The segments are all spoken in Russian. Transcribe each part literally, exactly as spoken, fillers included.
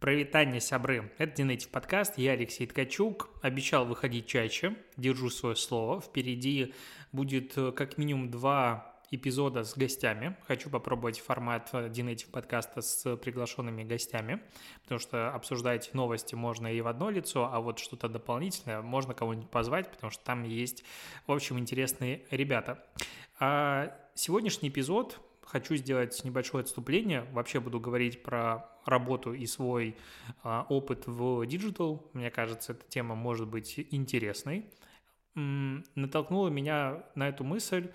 Провитание, сябры. Это Динейтив подкаст. Я Алексей Ткачук. Обещал выходить чаще. Держу свое слово. Впереди будет как минимум два эпизода с гостями. Хочу попробовать формат Динейтив подкаста с приглашенными гостями, потому что обсуждать новости можно и в одно лицо, а вот что-то дополнительное можно кого-нибудь позвать, потому что там есть, в общем, интересные ребята. А сегодняшний эпизод хочу сделать небольшое отступление. Вообще буду говорить про работу и свой а, опыт в диджитал. Мне кажется, эта тема может быть интересной. М-м, натолкнула меня на эту мысль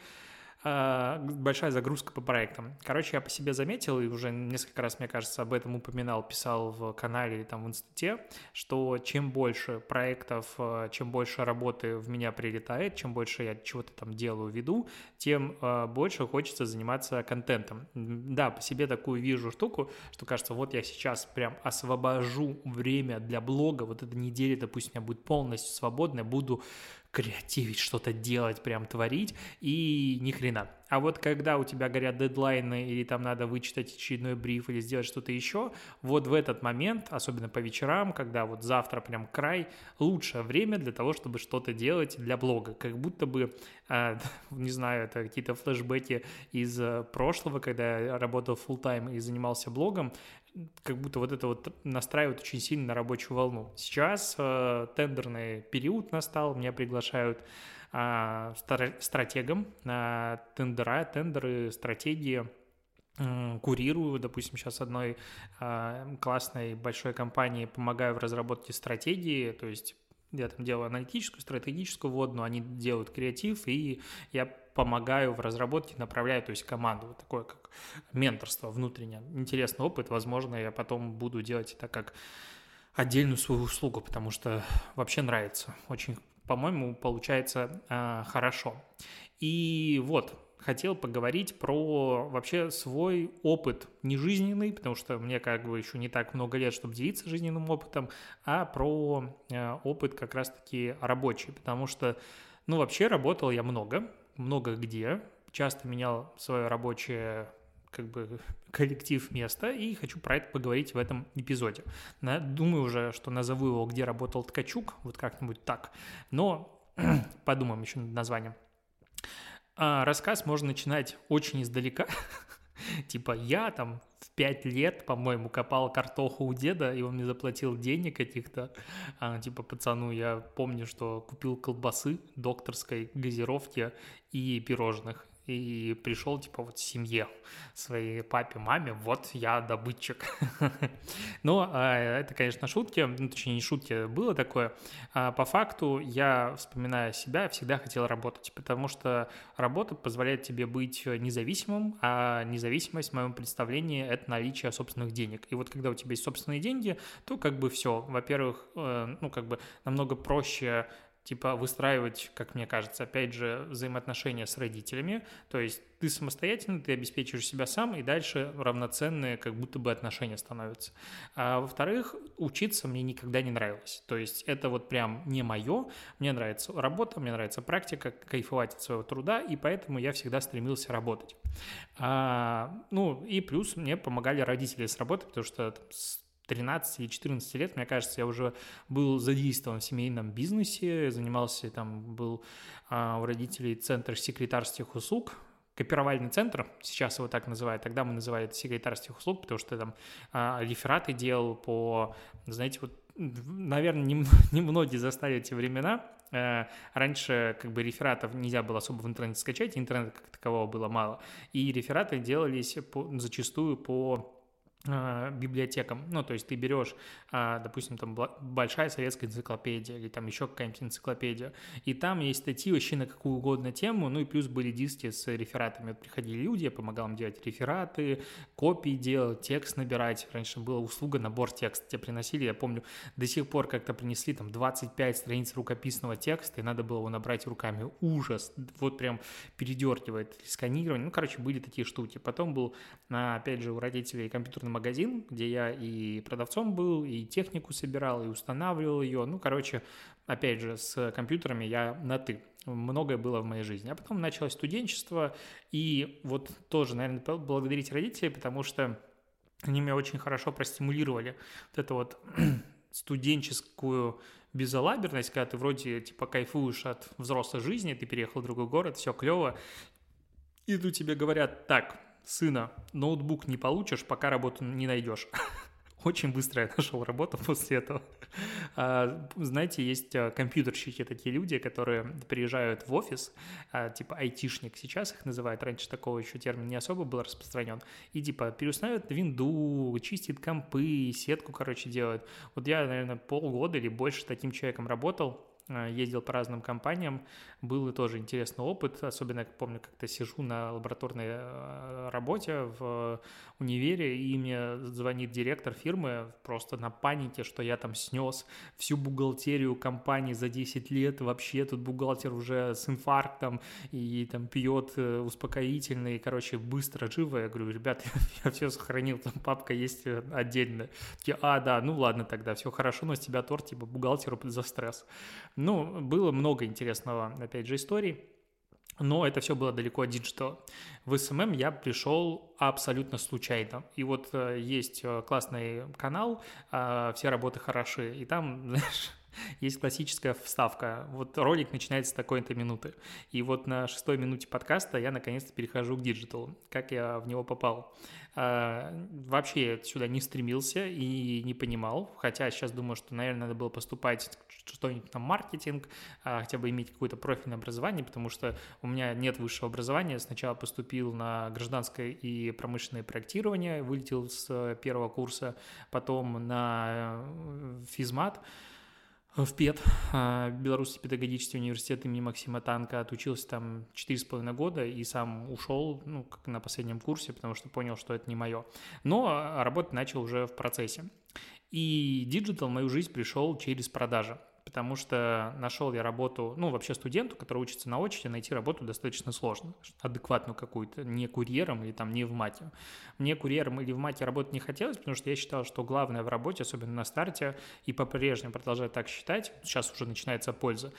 большая загрузка по проектам. Короче, я по себе заметил, и уже несколько раз, мне кажется, об этом упоминал, писал в канале или там в институте, что чем больше проектов, чем больше работы в меня прилетает, чем больше я чего-то там делаю, веду, тем больше хочется заниматься контентом. Да, по себе такую вижу штуку, что кажется, вот я сейчас прям освобожу время для блога, вот эта неделя, допустим, у меня будет полностью свободная, буду креативить, что-то делать, прям творить, и ни хрена. А вот когда у тебя горят дедлайны, или там надо вычитать очередной бриф, или сделать что-то еще, вот в этот момент, особенно по вечерам, когда вот завтра прям край, лучшее время для того, чтобы что-то делать для блога. Как будто бы, э, не знаю, это какие-то флешбеки из прошлого, когда я работал фулл-тайм и занимался блогом, как будто вот это вот настраивает очень сильно на рабочую волну. Сейчас э, тендерный период настал, меня приглашают э, стратегом на тендера, тендеры, стратегии, э, курирую, допустим, сейчас одной э, классной большой компании помогаю в разработке стратегии, то есть я там делаю аналитическую, стратегическую вводную, они делают креатив, и я помогаю в разработке, направляю, то есть команду, вот такое как менторство внутреннее. Интересный опыт, возможно, я потом буду делать это как отдельную свою услугу, потому что вообще нравится, очень, по-моему, получается э, хорошо. И вот, хотел поговорить про вообще свой опыт, не жизненный, потому что мне как бы еще не так много лет, чтобы делиться жизненным опытом, а про э, опыт как раз-таки рабочий, потому что, ну, вообще работал я много, много где, часто менял свое рабочее как бы коллектив места, и хочу про это поговорить в этом эпизоде. Думаю уже, что назову его «Где работал Ткачук», вот как-нибудь так, но подумаем еще над названием. А рассказ можно начинать очень издалека, типа я там в пять лет, по-моему, копал картоху у деда, и он мне заплатил денег каких-то, а, типа пацану, я помню, что купил колбасы, докторской газировки и пирожных. И пришел, типа, вот семье, своей папе, маме, вот я добытчик. Но это, конечно, шутки, ну, точнее, не шутки, было такое. По факту я, вспоминая себя, всегда хотел работать, потому что работа позволяет тебе быть независимым, а независимость, в моем представлении, это наличие собственных денег. И вот когда у тебя есть собственные деньги, то как бы все. Во-первых, ну, как бы намного проще типа выстраивать, как мне кажется, опять же, взаимоотношения с родителями, то есть ты самостоятельно, ты обеспечиваешь себя сам, и дальше равноценные как будто бы отношения становятся. А во-вторых, учиться мне никогда не нравилось, то есть это вот прям не мое, мне нравится работа, мне нравится практика, кайфовать от своего труда, и поэтому я всегда стремился работать. А, ну и плюс мне помогали родители с работы, потому что там, с тринадцати или четырнадцати лет, мне кажется, я уже был задействован в семейном бизнесе, занимался, там был а, у родителей центр секретарских услуг, копировальный центр, сейчас его так называют, тогда мы называли это секретарских услуг, потому что там а, рефераты делал по, знаете, вот, наверное, не, не многие застали эти времена. Раньше как бы рефератов нельзя было особо в интернете скачать, интернета как такового было мало, и рефераты делались по, зачастую по библиотекам, ну, то есть ты берешь, допустим, там большая советская энциклопедия или там еще какая-нибудь энциклопедия, и там есть статьи вообще на какую угодно тему, ну, и плюс были диски с рефератами. Вот приходили люди, я помогал им делать рефераты, копии делать, текст набирать. Раньше была услуга набор текста, тебе приносили, я помню, до сих пор как-то принесли там двадцать пять страниц рукописного текста, и надо было его набрать руками. Ужас, вот прям передергивает сканирование, ну, короче, были такие штуки. Потом был, опять же, у родителей компьютерный магазин, где я и продавцом был, и технику собирал, и устанавливал ее. Ну, короче, опять же, с компьютерами я на «ты». Многое было в моей жизни. А потом началось студенчество, и вот тоже, наверное, благодарить родителей, потому что они меня очень хорошо простимулировали. Вот это вот студенческую безалаберность, когда ты вроде типа кайфуешь от взрослой жизни, ты переехал в другой город, все клево, и тут тебе говорят: так, сына, ноутбук не получишь, пока работу не найдешь. Очень быстро я нашел работу после этого. А, знаете, есть а, компьютерщики, такие люди, которые приезжают в офис, а, типа айтишник сейчас их называют, раньше такого еще термина не особо был распространен, и типа переустанавливают винду, чистит компы, сетку, короче, делают. Вот я, наверное, полгода или больше таким человеком работал, ездил по разным компаниям, был и тоже интересный опыт, особенно, помню, как-то сижу на лабораторной работе в универе, и мне звонит директор фирмы просто на панике, что я там снес всю бухгалтерию компании за десять лет, вообще тут бухгалтер уже с инфарктом и там пьет успокоительные, короче, быстро, живо. Я говорю: ребят, я все сохранил, там папка есть отдельно. Такие: а, да, ну ладно тогда, все хорошо, но с тебя торт, типа, бухгалтеру за стресс. Ну, было много интересного, опять же, историй, но это все было далеко от диджитала. В эс эм эм я пришел абсолютно случайно. И вот э, есть классный канал э, «Все работы хороши», и там, знаешь, есть классическая вставка. Вот ролик начинается с такой-то минуты. И вот на шестой минуте подкаста я наконец-то перехожу к диджиталу. Как я в него попал? А, вообще я сюда не стремился и не понимал. Хотя сейчас думаю, что, наверное, надо было поступать что-нибудь на маркетинг, а, хотя бы иметь какое-то профильное образование, потому что у меня нет высшего образования. Сначала поступил на гражданское и промышленное проектирование, вылетел с первого курса, потом на физмат, в ПЕД, Белорусский педагогический университет имени Максима Танка, отучился там четыре с половиной года и сам ушел, ну, как на последнем курсе, потому что понял, что это не мое. Но работать начал уже в процессе. И диджитал в мою жизнь пришел через продажи, потому что нашел я работу, ну, вообще студенту, который учится на очереди, найти работу достаточно сложно, адекватную какую-то, не курьером или там не в мате. Мне курьером или в мате работать не хотелось, потому что я считал, что главное в работе, особенно на старте, и по-прежнему продолжаю так считать, сейчас уже начинается польза,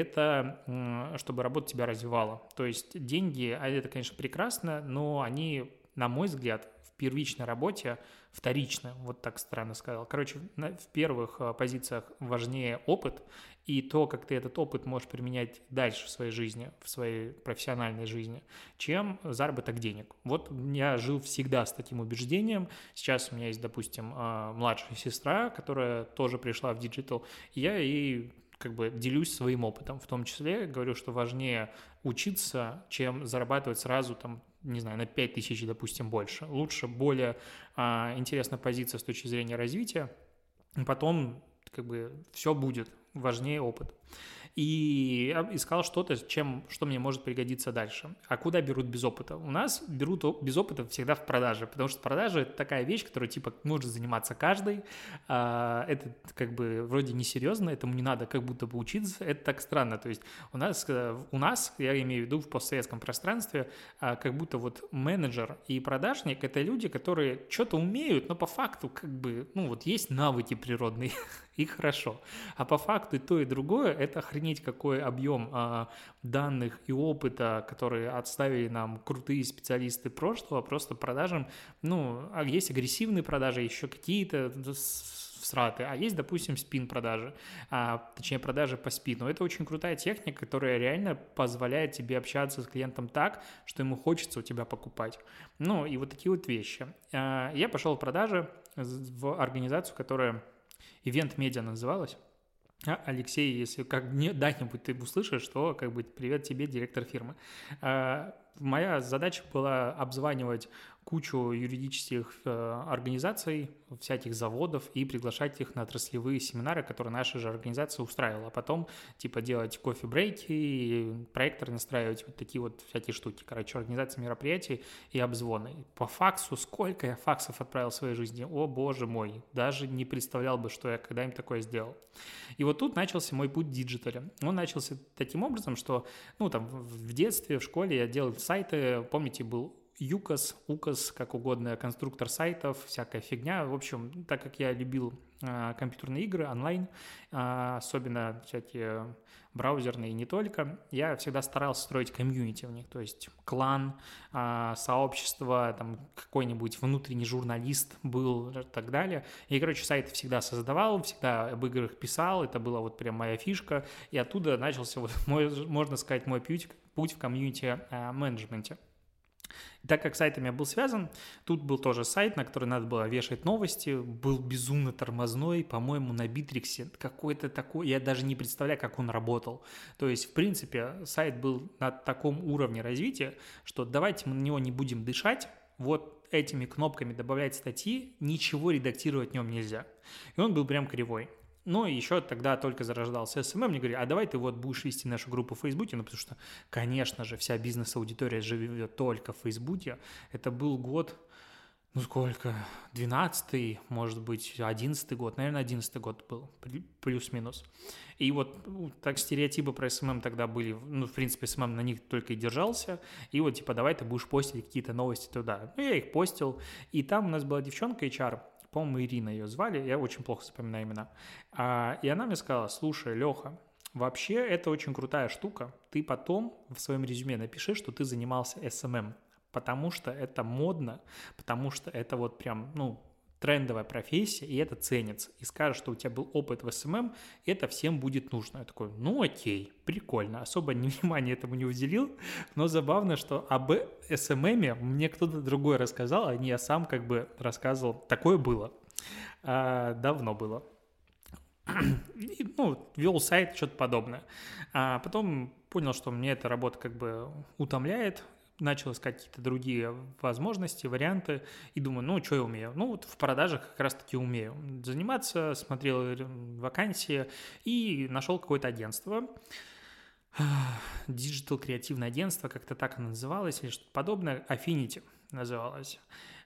это чтобы работа тебя развивала. То есть деньги, а это, конечно, прекрасно, но они, на мой взгляд, в первичной работе вторично, вот так странно сказал. Короче, в первых позициях важнее опыт и то, как ты этот опыт можешь применять дальше в своей жизни, в своей профессиональной жизни, чем заработок денег. Вот я жил всегда с таким убеждением. Сейчас у меня есть, допустим, младшая сестра, которая тоже пришла в диджитал, и я ей как бы делюсь своим опытом. В том числе говорю, что важнее учиться, чем зарабатывать сразу там, не знаю, на пять тысяч, допустим, больше. Лучше более а, интересная позиция с точки зрения развития. Потом как бы все будет, важнее опыт. И искал что-то, чем, что мне может пригодиться дальше. А куда берут без опыта? У нас берут без опыта всегда в продаже, потому что продажа – это такая вещь, которая типа может заниматься каждый. Это как бы вроде несерьезно, этому не надо как будто бы учиться. Это так странно. То есть у нас, у нас, я имею в виду в постсоветском пространстве, как будто вот менеджер и продажник – это люди, которые что-то умеют, но по факту как бы, ну вот есть навыки природные, и хорошо. А по факту и то, и другое – это охренеть какой объем а, данных и опыта, которые отставили нам крутые специалисты прошлого, просто продажам. Ну, есть агрессивные продажи, еще какие-то всраты, а есть, допустим, спин-продажи, а, точнее, продажи по спину. Это очень крутая техника, которая реально позволяет тебе общаться с клиентом так, что ему хочется у тебя покупать. Ну, и вот такие вот вещи. А, я пошел в продажи в организацию, которая Event Media называлась. А, Алексей, если когда-нибудь ты услышишь, то как бы привет тебе, директор фирмы. А, моя задача была обзванивать кучу юридических э, организаций, всяких заводов и приглашать их на отраслевые семинары, которые наша же организация устраивала. А потом типа делать кофе-брейки, проектор настраивать, вот такие вот всякие штуки. Короче, организация мероприятий и обзвоны. По факсу, сколько я факсов отправил в своей жизни, о боже мой, даже не представлял бы, что я когда-нибудь такое сделал. И вот тут начался мой путь в диджитале. Он начался таким образом, что ну там в детстве, в школе я делал сайты, помните, был Юкос, Укос, как угодно, конструктор сайтов, всякая фигня. В общем, так как я любил э, компьютерные игры онлайн, э, особенно всякие браузерные и не только, я всегда старался строить комьюнити в них, то есть клан, э, сообщество, там какой-нибудь внутренний журналист был и так далее. И, короче, сайты всегда создавал, всегда об играх писал, это была вот прям моя фишка, и оттуда начался, вот, мой, можно сказать, мой путь, путь в комьюнити-менеджменте. Так как сайт у меня был связан, тут был тоже сайт, на который надо было вешать новости, был безумно тормозной, по-моему, на Битриксе, какой-то такой, я даже не представляю, как он работал. То есть, в принципе, сайт был на таком уровне развития, что давайте мы на него не будем дышать, вот этими кнопками добавлять статьи, ничего редактировать в нем нельзя. И он был прям кривой. Ну, и еще тогда только зарождался эс эм эм, мне говорили, а давай ты вот будешь вести нашу группу в Фейсбуке, ну, потому что, конечно же, вся бизнес-аудитория живет только в Фейсбуке. Это был год, ну, сколько, двенадцатый, может быть, одиннадцатый год, наверное, одиннадцатый год был, плюс-минус. И вот так стереотипы про эс эм эм тогда были, ну, в принципе, эс эм эм на них только и держался, и вот, типа, давай ты будешь постить какие-то новости туда. Ну, я их постил, и там у нас была девчонка эйч ар, по-моему, Ирина ее звали, я очень плохо запоминаю имена. А, и она мне сказала, слушай, Леха, вообще это очень крутая штука, ты потом в своем резюме напиши, что ты занимался эс эм эм, потому что это модно, потому что это вот прям, ну, трендовая профессия, и это ценится. И скажешь, что у тебя был опыт в эс эм эм, и это всем будет нужно. Я такой, ну окей, прикольно. Особо внимания этому не уделил, но забавно, что об эс эм эм мне кто-то другой рассказал, а не я сам как бы рассказывал. Такое было. А, давно было. И, ну, вел сайт, что-то подобное. А потом понял, что мне эта работа как бы утомляет, начал искать какие-то другие возможности, варианты, и думаю, ну, что я умею? Ну, вот в продажах как раз-таки умею заниматься, смотрел вакансии и нашел какое-то агентство, диджитал-креативное агентство, как-то так оно называлось, или что-то подобное, Affinity называлось.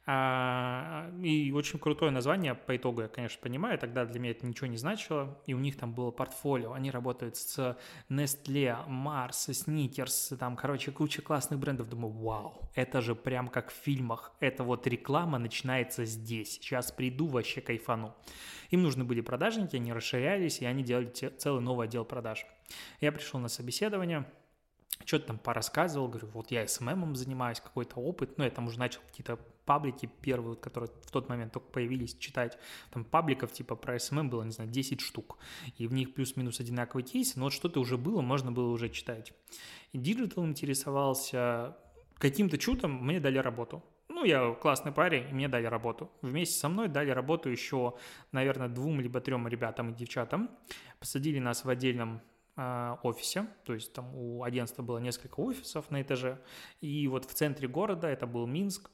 И очень крутое название, по итогу я, конечно, понимаю, тогда для меня это ничего не значило, и у них там было портфолио, они работают с Nestle, Mars, Snickers, там, короче, куча классных брендов, думаю, вау, это же прям как в фильмах, это вот реклама начинается здесь, сейчас приду, вообще кайфану. Им нужны были продажники, они расширялись, и они делали целый новый отдел продаж. Я пришел на собеседование, что-то там порассказывал, говорю, вот я эс эм эм занимаюсь, какой-то опыт, ну, я там уже начал какие-то паблики первые, вот, которые в тот момент только появились, читать, там пабликов типа про эс эм эм было, не знаю, десять штук, и в них плюс-минус одинаковые кейсы, но вот что-то уже было, можно было уже читать. И диджитал интересовался, каким-то чудом мне дали работу. Ну, я классный парень, и мне дали работу. Вместе со мной дали работу еще, наверное, двум либо трем ребятам и девчатам. Посадили нас в отдельном офисе, то есть там у агентства было несколько офисов на этаже, и вот в центре города, это был Минск,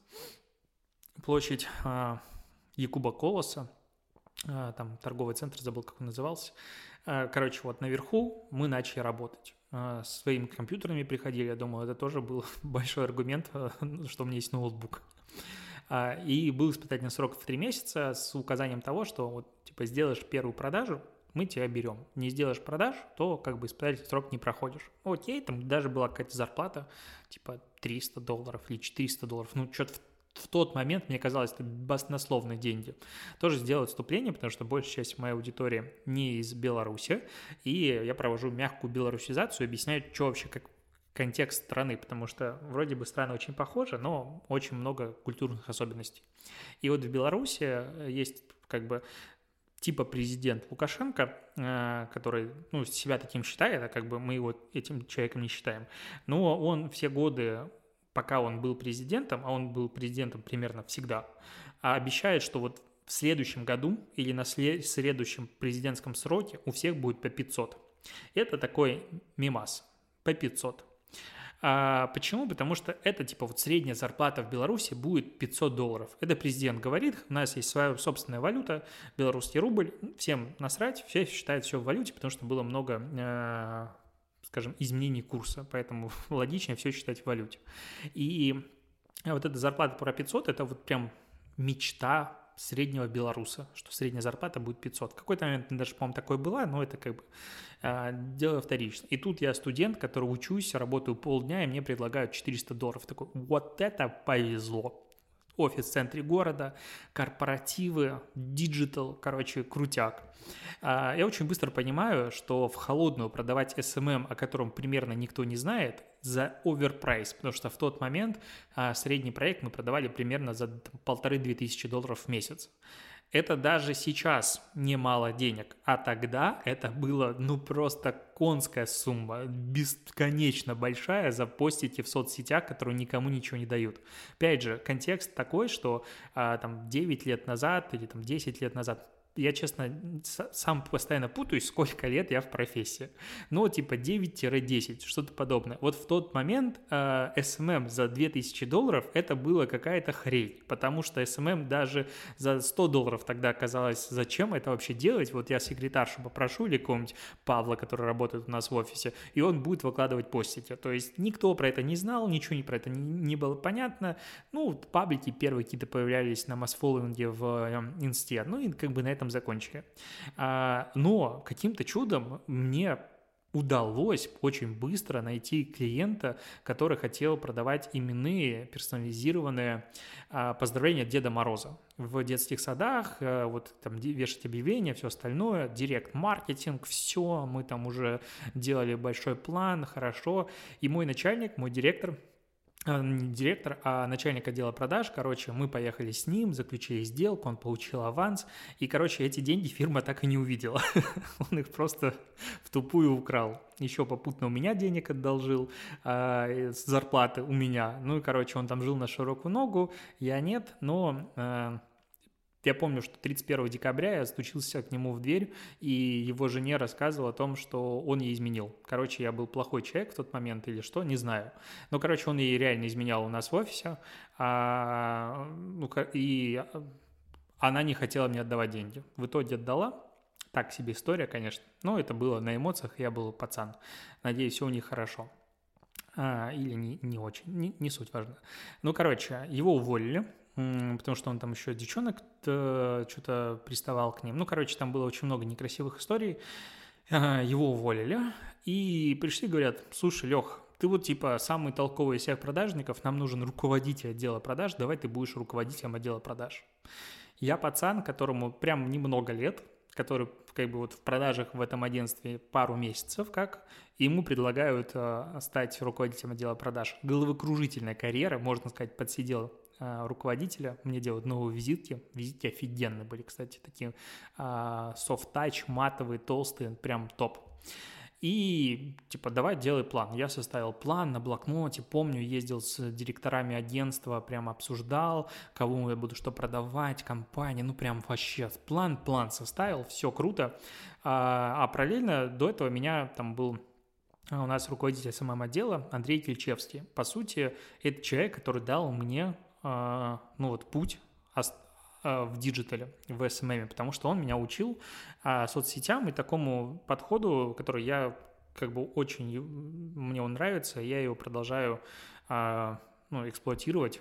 площадь а, Якуба Колоса, а, там торговый центр, забыл, как он назывался. А, короче, вот наверху мы начали работать. А, своими компьютерами приходили, я думаю, это тоже был большой аргумент, что у меня есть ноутбук. А, и был испытательный срок в три месяца с указанием того, что вот типа сделаешь первую продажу, мы тебя берем. Не сделаешь продаж, то как бы испытательный срок не проходишь. Окей, там даже была какая-то зарплата, типа триста долларов или четыреста долларов. Ну, что-то в, в тот момент мне казалось, это баснословные деньги. Тоже сделал отступление, потому что большая часть моей аудитории не из Беларуси, и я провожу мягкую белорусизацию, объясняю, что вообще как контекст страны, потому что вроде бы страны очень похожи, но очень много культурных особенностей. И вот в Беларуси есть как бы типа президент Лукашенко, который, ну, себя таким считает, а как бы мы его этим человеком не считаем. Но он все годы, пока он был президентом, а он был президентом примерно всегда, обещает, что вот в следующем году или на следующем президентском сроке у всех будет по пятьсот. Это такой мемас, по пятьсот. А почему? Потому что это типа вот средняя зарплата в Беларуси будет пятьсот долларов. Это президент говорит, у нас есть своя собственная валюта, белорусский рубль, всем насрать, все считают все в валюте, потому что было много, э, скажем, изменений курса, поэтому логичнее все считать в валюте. И вот эта зарплата про пятьсот, это вот прям мечта среднего белоруса, что средняя зарплата будет пятьсот. В какой-то момент даже, по-моему, такое была, но это как бы э, дело вторично. И тут я студент, который учусь, работаю полдня, и мне предлагают четыреста долларов. Такой, вот это повезло. Офис в центре города, корпоративы, диджитал, короче, крутяк. Я очень быстро понимаю, что в холодную продавать эс эм эм, о котором примерно никто не знает, за оверпрайс, потому что в тот момент средний проект мы продавали примерно за полторы-две тысячи долларов в месяц. Это даже сейчас немало денег, а тогда это было, ну, просто конская сумма, бесконечно большая, запостите в соцсетях, которые никому ничего не дают. Опять же, контекст такой, что а, там девять лет назад или там десять лет назад, я, честно, сам постоянно путаюсь, сколько лет я в профессии. Ну, типа девять-десять, что-то подобное. Вот в тот момент э, эс эм эм за две тысячи долларов это было какая-то хрень, потому что эс эм эм даже за сто долларов тогда казалось, зачем это вообще делать? Вот я секретаршу попрошу или какого-нибудь Павла, который работает у нас в офисе, и он будет выкладывать постики. То есть никто про это не знал, ничего не про это не, не было понятно. Ну, паблики первые какие-то появлялись на масс-фолловинге в э, инсте, ну и как бы на этом закончили. А, но каким-то чудом мне удалось очень быстро найти клиента, который хотел продавать именные персонализированные а, поздравления от Деда Мороза. В детских садах, а, вот там вешать объявления, все остальное, директ-маркетинг, все, мы там уже делали большой план, хорошо. И мой начальник, мой директор, не директор, а начальник отдела продаж, короче, мы поехали с ним, заключили сделку, он получил аванс, и, короче, эти деньги фирма так и не увидела. Он их просто в тупую украл. Еще попутно у меня денег одолжил, а, с зарплаты у меня. Ну и, короче, он там жил на широкую ногу, я нет, но... А, я помню, что тридцать первого декабря я стучился к нему в дверь, и его жене рассказывал о том, что он ей изменил. Короче, я был плохой человек в тот момент или что, не знаю. Но, короче, он ей реально изменял у нас в офисе, а, ну, и она не хотела мне отдавать деньги. В итоге отдала. Так себе история, конечно. Но это было на эмоциях, я был пацан. Надеюсь, все у них хорошо. А, или не, не очень, не, не суть важна. Ну, короче, его уволили, потому что он там еще девчонок что-то приставал к ним. Ну, короче, там было очень много некрасивых историй. Его уволили и пришли, говорят, слушай, Лех, ты вот типа самый толковый из всех продажников, нам нужен руководитель отдела продаж, давай ты будешь руководителем отдела продаж. Я пацан, которому прям немного лет, который как бы вот в продажах в этом агентстве пару месяцев, как ему предлагают э, стать руководителем отдела продаж. Головокружительная карьера, можно сказать, подсидел э, руководителя, мне делают новые визитки, визитки офигенные были, кстати, такие э, софт-тач, матовые, толстые, прям топ. И, типа, давай делай план. Я составил план на блокноте, помню, ездил с директорами агентства, прям обсуждал, кому я буду что продавать, компании, ну, прям вообще план, план составил, все круто. А, а параллельно до этого меня там был... У нас руководитель эс эм эм-отдела Андрей Кильчевский. По сути, это человек, который дал мне, ну, вот, путь в диджитале, в эс эм эм, потому что он меня учил а, соцсетям и такому подходу, который я как бы очень, мне он нравится, я его продолжаю а, ну, эксплуатировать,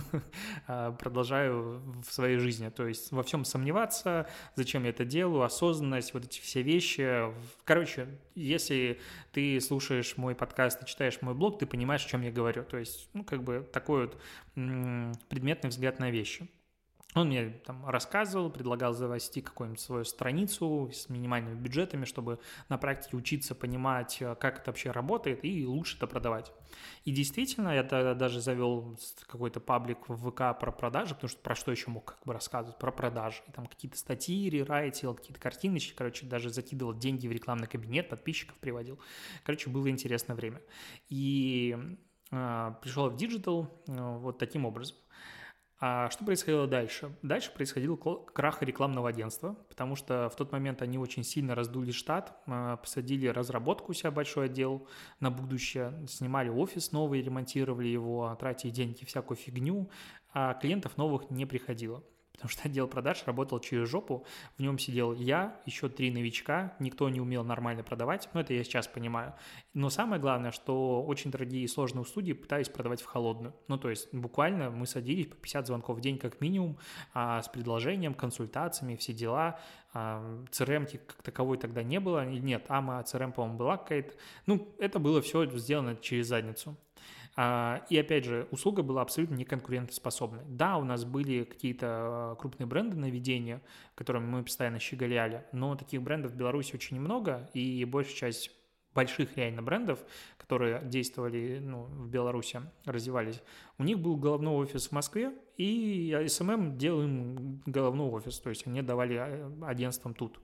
продолжаю в своей жизни, то есть во всем сомневаться, зачем я это делаю, осознанность, вот эти все вещи. Короче, если ты слушаешь мой подкаст и читаешь мой блог, ты понимаешь, о чем я говорю, то есть, ну, как бы такой вот м- предметный взгляд на вещи. Он мне там рассказывал, предлагал завести какую-нибудь свою страницу с минимальными бюджетами, чтобы на практике учиться понимать, как это вообще работает и лучше это продавать. И действительно, я тогда даже завел какой-то паблик в ВК про продажи, потому что про что еще мог как бы рассказывать? Про продажи. И там какие-то статьи рерайтил, какие-то картиночки, короче, даже закидывал деньги в рекламный кабинет, подписчиков приводил. Короче, было интересное время. И э, пришел в диджитал э, вот таким образом. А что происходило дальше? Дальше происходил крах рекламного агентства, потому что в тот момент они очень сильно раздули штат, посадили разработку у себя большой отдел на будущее, снимали офис новый, ремонтировали его, тратили деньги, всякую фигню, а клиентов новых не приходило. потому что отдел продаж работал через жопу, в нем сидел я, еще три новичка, никто не умел нормально продавать, ну, это я сейчас понимаю. Но самое главное, что очень дорогие и сложные услуги пытались продавать в холодную. Ну, то есть буквально мы садились по пятьдесят звонков в день как минимум, а, с предложением, консультациями, все дела. си эр эм как таковой тогда не было, нет, ама си эр эм, по-моему, была какая-то. Ну, это было все сделано через задницу. И опять же, услуга была абсолютно неконкурентоспособной. Да, у нас были какие-то крупные бренды на ведение, которыми мы постоянно щеголяли, но таких брендов в Беларуси очень немного, и большая часть больших реально брендов, которые действовали, ну, в Беларуси, развивались, у них был головной офис в Москве, и эс эм эм делал им головной офис, то есть они давали агентствам тут.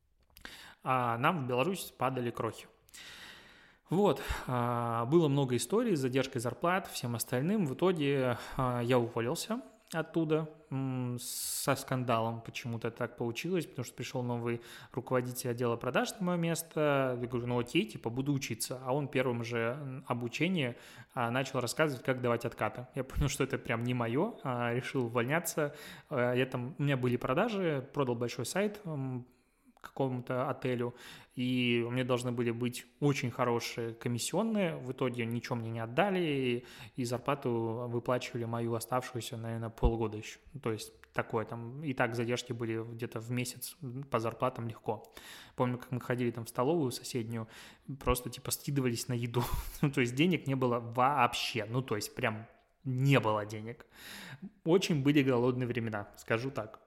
А нам в Беларуси падали крохи. Вот, было много историй с задержкой зарплат, всем остальным. В итоге я уволился оттуда со скандалом, почему-то так получилось, потому что пришел новый руководитель отдела продаж на мое место. Я говорю, ну окей, типа буду учиться. А он первым же обучении начал рассказывать, как давать откаты. Я понял, что это прям не мое, решил увольняться. Я там, у меня были продажи, продал большой сайт какому-то отелю, и у меня должны были быть очень хорошие комиссионные, в итоге ничего мне не отдали, и, и зарплату выплачивали мою оставшуюся, наверное, полгода еще, то есть такое там, и так задержки были где-то в месяц по зарплатам легко. Помню, как мы ходили там в столовую соседнюю, просто типа скидывались на еду, ну, то есть денег не было вообще, ну, то есть прям не было денег. Очень были голодные времена, скажу так.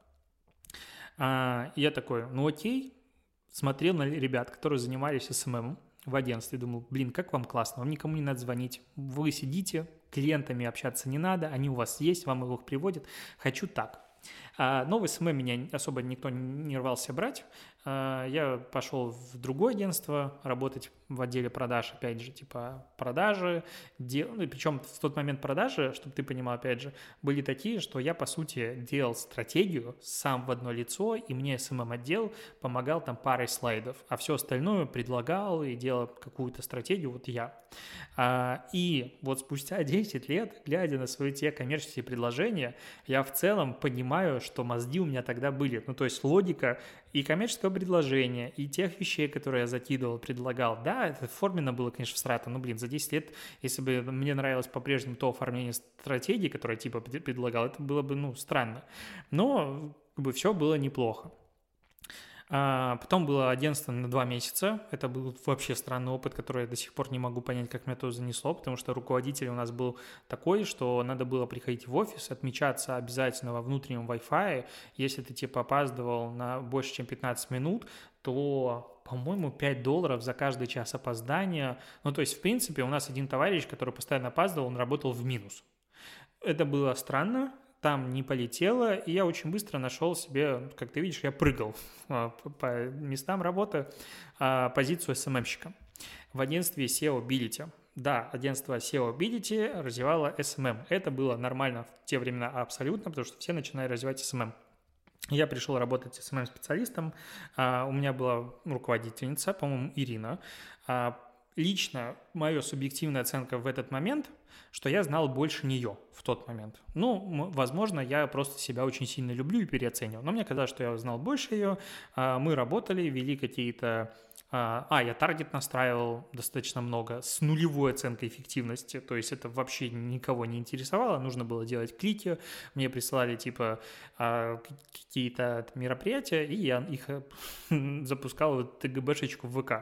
А, я такой, ну окей, смотрел на ребят, которые занимались эс эм эм в агентстве, думал, блин, как вам классно, вам никому не надо звонить, вы сидите, клиентами общаться не надо, они у вас есть, вам их приводят, хочу так. А новый эс эм эм меня особо никто не рвался брать, а, я пошел в другое агентство работать в отделе продаж, опять же, типа продажи, дел... ну, причем в тот момент продажи, чтобы ты понимал, опять же, были такие, что я, по сути, делал стратегию сам в одно лицо, и мне эс эм эм-отдел помогал там парой слайдов, а все остальное предлагал и делал какую-то стратегию вот я. А, и вот спустя десять лет, глядя на свои те коммерческие предложения, я в целом понимаю, что мозги у меня тогда были, ну, то есть логика и коммерческого предложения, и тех вещей, которые я закидывал, предлагал. Да, это оформлено было, конечно, всрато, но, блин, за десять лет, если бы мне нравилось по-прежнему то оформление стратегии, которое я, типа, предлагал, это было бы, ну, странно. Но, как бы, все было неплохо. А потом было агентство на два месяца. Это был вообще странный опыт, который я до сих пор не могу понять, как меня то занесло, потому что руководитель у нас был такой, что надо было приходить в офис, отмечаться обязательно во внутреннем Wi-Fi. Если ты типа опаздывал на больше, чем пятнадцать минут, то, по-моему, пять долларов за каждый час опоздания. Ну, то есть, в принципе, у нас один товарищ, который постоянно опаздывал, он работал в минус. Это было странно. Там не полетело, и я очень быстро нашел себе, как ты видишь, я прыгал по местам работы, позицию эс эм эм-щика в агентстве эс и о-Bility. Да, агентство эс и о-Bility развивало эс эм эм. Это было нормально в те времена абсолютно, потому что все начинали развивать эс эм эм. Я пришел работать эс эм эм-специалистом, у меня была руководительница, по-моему, Ирина. Лично моя субъективная оценка в этот момент, что я знал больше нее в тот момент. Ну, возможно, я просто себя очень сильно люблю и переоценивал. Но мне казалось, что я знал больше ее. Мы работали, вели какие-то... А, я таргет настраивал достаточно много с нулевой оценкой эффективности, то есть это вообще никого не интересовало, нужно было делать клики, мне присылали типа какие-то мероприятия, и я их запускал в тэ гэ бэ-шечку в вэ ка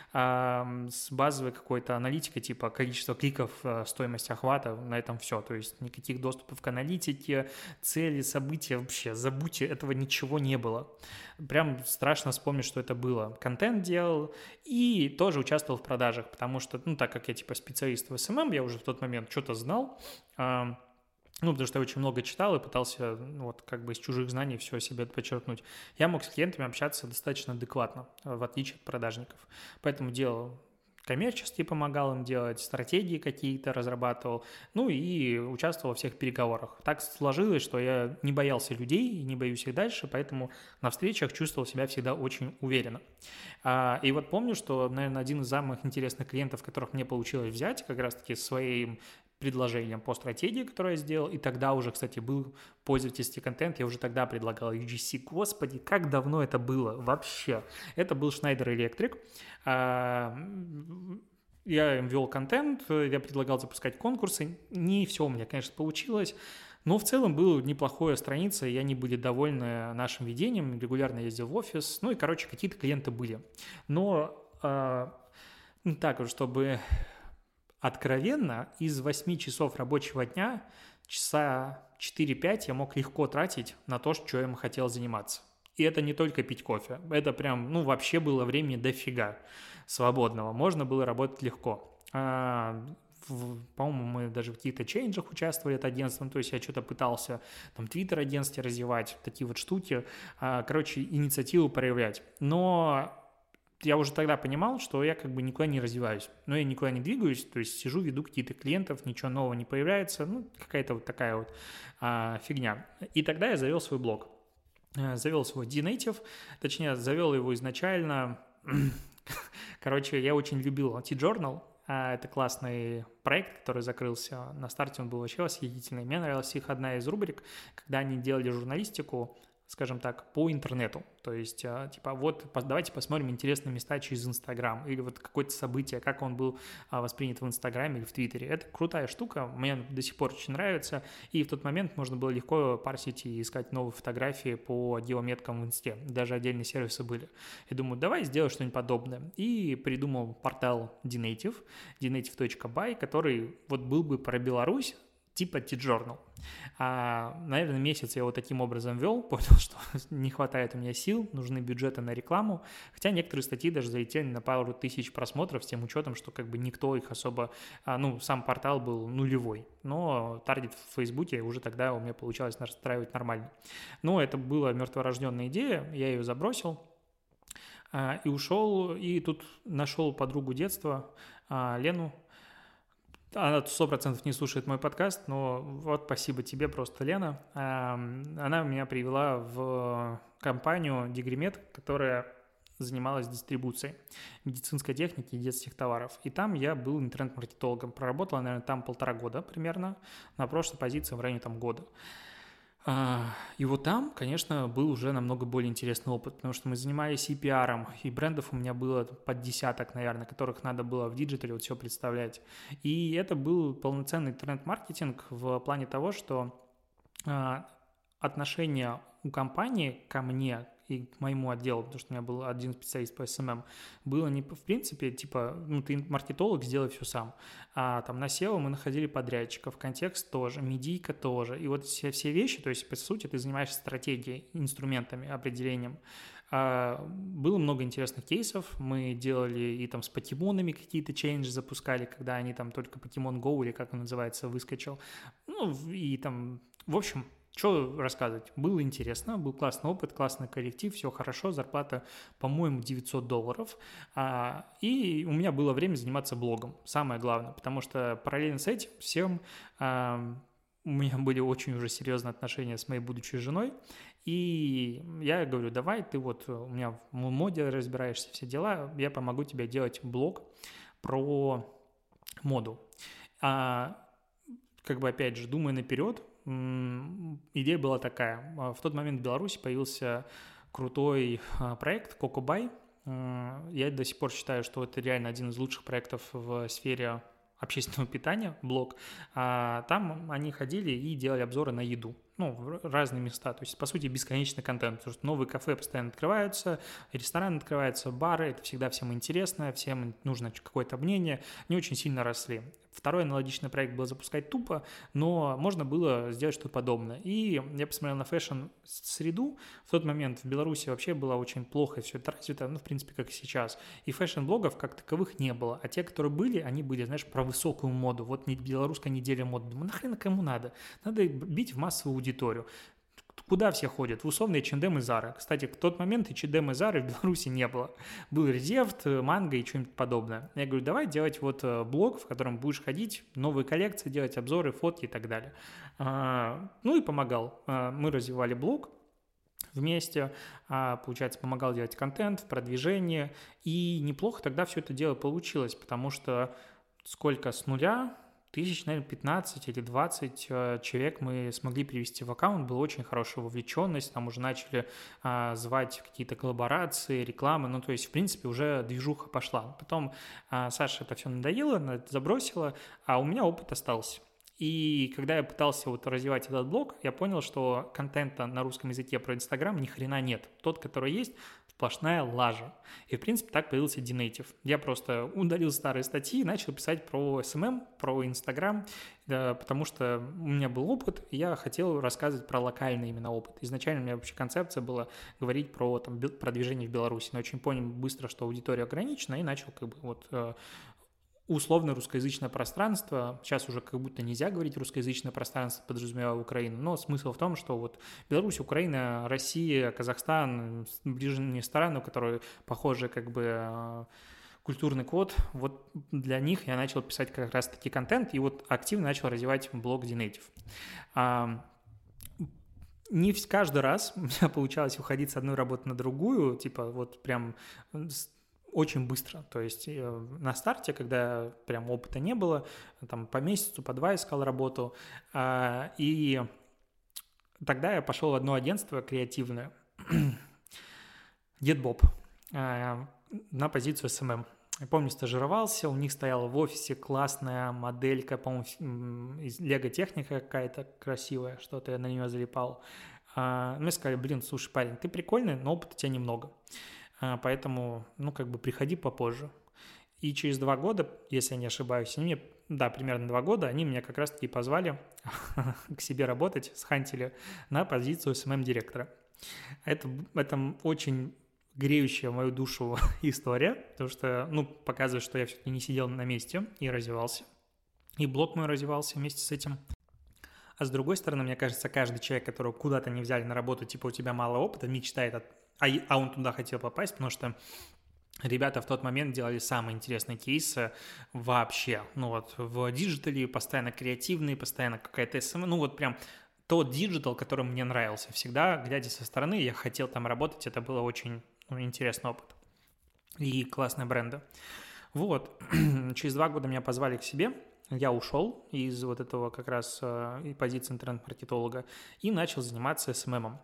с базовой какой-то аналитикой, типа количество кликов, стоимость охвата, на этом все, то есть никаких доступов к аналитике, цели, события, вообще забудьте, этого ничего не было. Прям страшно вспомнить, что это было. Контент делал и тоже участвовал в продажах, потому что, ну, так как я типа специалист в эс эм эм, я уже в тот момент что-то знал, ну, потому что я очень много читал и пытался, ну, вот, как бы из чужих знаний все себе подчеркнуть. Я мог с клиентами общаться достаточно адекватно, в отличие от продажников. Поэтому делал коммерчески, помогал им делать, стратегии какие-то разрабатывал, ну и участвовал во всех переговорах. Так сложилось, что я не боялся людей и не боюсь их дальше, поэтому на встречах чувствовал себя всегда очень уверенно. И вот помню, что, наверное, один из самых интересных клиентов, которых мне получилось взять, как раз-таки своим предложением по стратегии, которую я сделал, и тогда уже, кстати, был пользовательский контент, я уже тогда предлагал ю джи си. Господи, как давно это было вообще? Это был Schneider Electric. Я им вел контент, я предлагал запускать конкурсы. Не все у меня, конечно, получилось, но в целом была неплохая страница, и они были довольны нашим ведением, регулярно ездил в офис, ну и, короче, какие-то клиенты были. Но э, так вот, чтобы откровенно, из восьми часов рабочего дня часа четыре-пять я мог легко тратить на то, что я им хотел заниматься. И это не только пить кофе, это прям, ну, вообще было времени дофига свободного, можно было работать легко. А, в, по-моему, мы даже в каких-то чейнджах участвовали от агентства, то есть я что-то пытался там твиттер-агентстве развивать, такие вот штуки, а, короче, инициативу проявлять. Но я уже тогда понимал, что я как бы никуда не развиваюсь, но я никуда не двигаюсь, то есть сижу, веду какие-то клиентов, ничего нового не появляется, ну, какая-то вот такая вот а, фигня. И тогда я завел свой блог. Завел свой D-Native, точнее, завел его изначально. Короче, я очень любил T-Journal. Это классный проект, который закрылся. На старте он был вообще восхитительный. Мне нравилась их одна из рубрик, когда они делали журналистику, скажем так, по интернету. То есть, типа, вот давайте посмотрим интересные места через Инстаграм или вот какое-то событие, как он был воспринят в Инстаграме или в Твиттере. Это крутая штука, мне до сих пор очень нравится. И в тот момент можно было легко парсить и искать новые фотографии по геометкам в Инсте. Даже отдельные сервисы были. Я думаю, давай сделаю что-нибудь подобное. И придумал портал D-Native, ди нейтив точка бай, который вот был бы про Беларусь, типа T-Journal. А, наверное, месяц я его таким образом вел, понял, что не хватает у меня сил, нужны бюджеты на рекламу, хотя некоторые статьи даже залетели на пару тысяч просмотров, с тем учетом, что как бы никто их особо, а, ну, сам портал был нулевой, но таргет в Фейсбуке уже тогда у меня получалось настраивать нормально. Но это была мертворожденная идея, я ее забросил, а, и ушел, и тут нашел подругу детства, а, Лену. Она сто процентов не слушает мой подкаст, но вот спасибо тебе просто, Лена. Она меня привела в компанию Дегримед, которая занималась дистрибуцией медицинской техники и детских товаров. И там я был интернет-маркетологом. Проработал, наверное, там полтора года примерно, на прошлой позиции в районе там года. И вот там, конечно, был уже намного более интересный опыт, потому что мы занимались и пиаром, и брендов у меня было под десяток, наверное, которых надо было в диджитале вот все представлять. И это был полноценный интернет-маркетинг в плане того, что отношение у компании ко мне и к моему отделу, потому что у меня был один специалист по эс эм эм, было не в принципе, типа, ну, ты маркетолог, сделай все сам. А там на сео мы находили подрядчиков, контекст тоже, медийка тоже. И вот все, все вещи, то есть, по сути, ты занимаешься стратегией, инструментами, определением. А, было много интересных кейсов, мы делали и там с покемонами какие-то чейнджи запускали, когда они там только Pokemon Go или как он называется, выскочил. Ну, и там, в общем... Что рассказывать? Было интересно, был классный опыт, классный коллектив, все хорошо, зарплата, по-моему, девятьсот долларов. А, и у меня было время заниматься блогом, самое главное, потому что параллельно с этим всем а, у меня были очень уже серьезные отношения с моей будущей женой, и я говорю, давай, ты вот у меня в моде разбираешься, все дела, я помогу тебе делать блог про моду. А, как бы, опять же, думая наперед, идея была такая. В тот момент в Беларуси появился крутой проект CocoBuy. Я до сих пор считаю, что это реально один из лучших проектов в сфере общественного питания, блог. Там они ходили и делали обзоры на еду. Ну, в разные места, то есть, по сути, бесконечный контент, потому что новые кафе постоянно открываются, рестораны открываются, бары, это всегда всем интересно, всем нужно какое-то мнение, не очень сильно росли. Второй аналогичный проект был запускать тупо, но можно было сделать что-то подобное. И я посмотрел на фэшн-среду, в тот момент в Беларуси вообще было очень плохо все это развито, ну, в принципе, как и сейчас. И фэшн-блогов как таковых не было, а те, которые были, они были, знаешь, про высокую моду. Вот не белорусская неделя моды. Думаю, нахрена кому надо? Надо бить в массовую аудиторию. Куда все ходят? В условные эйч энд эм и Zara. Кстати, в тот момент эйч энд эм и Zara в Беларуси не было. Был Резервт, Манго и что-нибудь подобное. Я говорю, давай делать вот блог, в котором будешь ходить, новые коллекции, делать обзоры, фотки и так далее. Ну и помогал. Мы развивали блог вместе, получается, помогал делать контент в продвижении. И неплохо тогда все это дело получилось, потому что сколько с нуля... тысяч, наверное, пятнадцать или двадцать э, человек мы смогли привести в аккаунт, была очень хорошая вовлеченность, там уже начали а, звать какие-то коллаборации, рекламы, ну, то есть, в принципе, уже движуха пошла. Потом а, Саше это все надоело, она это забросила, а у меня опыт остался. И когда я пытался вот развивать этот блог, я понял, что контента на русском языке про Инстаграм ни хрена нет. Тот, который есть, сплошная лажа. И, в принципе, так появился D-Native. Я просто удалил старые статьи и начал писать про эс эм эм, про Инстаграм, потому что у меня был опыт, и я хотел рассказывать про локальный именно опыт. Изначально у меня вообще концепция была говорить про там, продвижение в Беларуси, но очень понял быстро, что аудитория ограничена, и начал как бы вот условно русскоязычное пространство. Сейчас уже как будто нельзя говорить русскоязычное пространство, подразумевая Украину, но смысл в том, что вот Беларусь, Украина, Россия, Казахстан, ближние страны, которые похожи как бы культурный код, вот для них я начал писать как раз таки контент и вот активно начал развивать блог D-Native. Не каждый раз у меня получалось уходить с одной работы на другую, типа вот прям очень быстро, то есть на старте, когда прям опыта не было, там по месяцу, по два искал работу, и тогда я пошел в одно агентство креативное, GetBob, на позицию эс эм эм. Я помню, стажировался, у них стояла в офисе классная моделька, по-моему, из лего-техника какая-то красивая, что-то я на нее залипал. Мне сказали, блин, слушай, парень, ты прикольный, но опыта у тебя немного. Поэтому, ну, как бы приходи попозже. И через два года, если я не ошибаюсь, они мне, да, примерно два года, они меня как раз-таки позвали к себе работать, схантили на позицию эс эм эм-директора. Это, это очень греющая мою душу история, потому что, ну, показывает, что я все-таки не сидел на месте и развивался. И блог мой развивался вместе с этим. А с другой стороны, мне кажется, каждый человек, которого куда-то не взяли на работу, типа у тебя мало опыта, мечтает от А, а он туда хотел попасть, потому что ребята в тот момент делали самые интересные кейсы вообще. Ну вот в диджитале постоянно креативные, постоянно какая-то эс эм эм. Ну вот прям тот диджитал, который мне нравился. Всегда, глядя со стороны, я хотел там работать. Это было очень ну, интересный опыт. И классные бренды. Вот. Через два года меня позвали к себе. Я ушел из вот этого как раз э, позиции интернет-маркетолога и начал заниматься эс эм эм.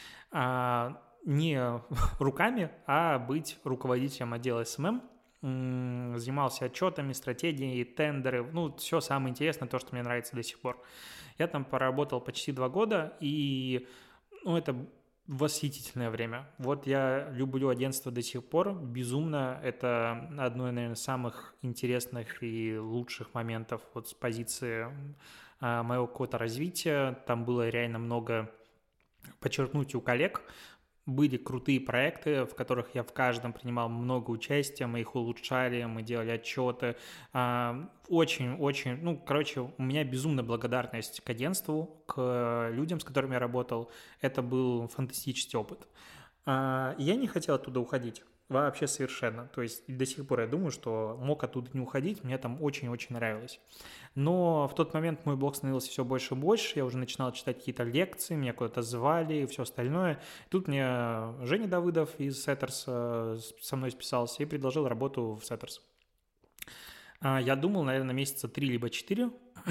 А, не руками, а быть руководителем отдела эс эм эм, занимался отчетами, стратегией, тендеры, ну, все самое интересное, то, что мне нравится до сих пор. Я там поработал почти два года, и, ну, это восхитительное время. Вот я люблю агентство до сих пор, безумно, это одно, наверное, из самых интересных и лучших моментов вот с позиции а, моего какого-то развития. Там было реально много подчеркнуть у коллег. Были крутые проекты, в которых я в каждом принимал много участия, мы их улучшали, мы делали отчеты. Очень-очень, ну, короче, у меня безумная благодарность к агентству, к людям, с которыми я работал. Это был фантастический опыт. Я не хотел оттуда уходить. Вообще совершенно. То есть до сих пор я думаю, что мог оттуда не уходить, мне там очень-очень нравилось. Но в тот момент мой блог становился все больше и больше, я уже начинал читать какие-то лекции, меня куда-то звали и все остальное. Тут мне Женя Давыдов из Setters со мной списался и предложил работу в Setters. Я думал, наверное, месяца три либо четыре,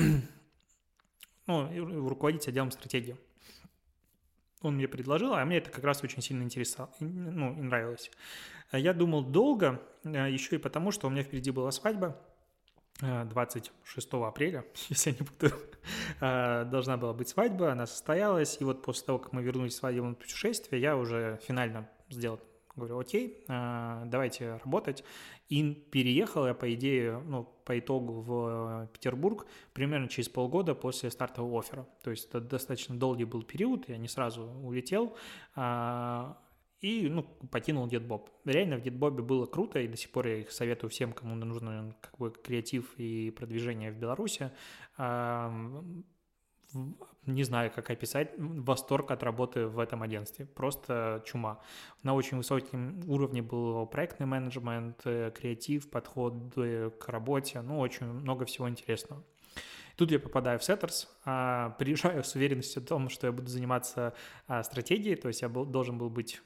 ну, руководить отделом стратегии. Он мне предложил, а мне это как раз очень сильно интересовало, ну, и нравилось. Я думал долго, еще и потому, что у меня впереди была свадьба двадцать шестого апреля, если я не буду, должна была быть свадьба, она состоялась, и вот после того, как мы вернулись с свадебного путешествия, я уже финально сделал, говорю, окей, давайте работать, и переехал я, по идее, ну, по итогу в Петербург примерно через полгода после стартового оффера, то есть это достаточно долгий был период, я не сразу улетел, и, ну, покинул GetBob. Реально в GetBob было круто, и до сих пор я их советую всем, кому нужно как бы креатив и продвижение в Беларуси. Не знаю, как описать восторг от работы в этом агентстве. Просто чума. На очень высоком уровне был проектный менеджмент, креатив, подход к работе. Ну, очень много всего интересного. Тут я попадаю в Setters, приезжаю с уверенностью в том, что я буду заниматься стратегией, то есть я был, должен был быть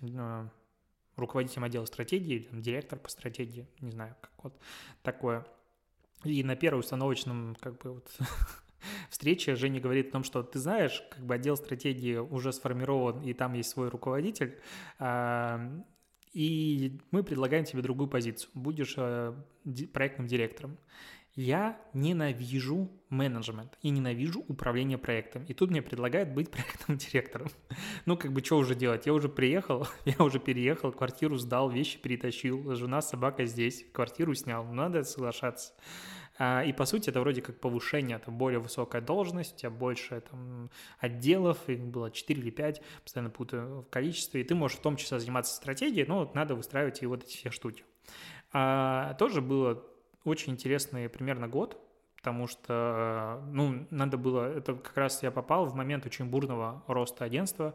руководителем отдела стратегии, там, директор по стратегии, не знаю, как вот такое. И на первом установочном как бы вот встрече Женя говорит о том, что ты знаешь, как бы отдел стратегии уже сформирован, и там есть свой руководитель, и мы предлагаем тебе другую позицию. Будешь проектным директором. Я ненавижу менеджмент и ненавижу управление проектом. И тут мне предлагают быть проектным директором. Ну, как бы, что уже делать? Я уже приехал, я уже переехал, квартиру сдал, вещи перетащил, жена, собака здесь, квартиру снял. Надо соглашаться. И, по сути, это вроде как повышение, это более высокая должность, у тебя больше там отделов, их было четыре или пять, постоянно путаю в количестве, и ты можешь в том числе заниматься стратегией, но вот надо выстраивать и вот эти все штуки. А, тоже было очень интересный примерно год, потому что, ну, надо было, это как раз я попал в момент очень бурного роста агентства,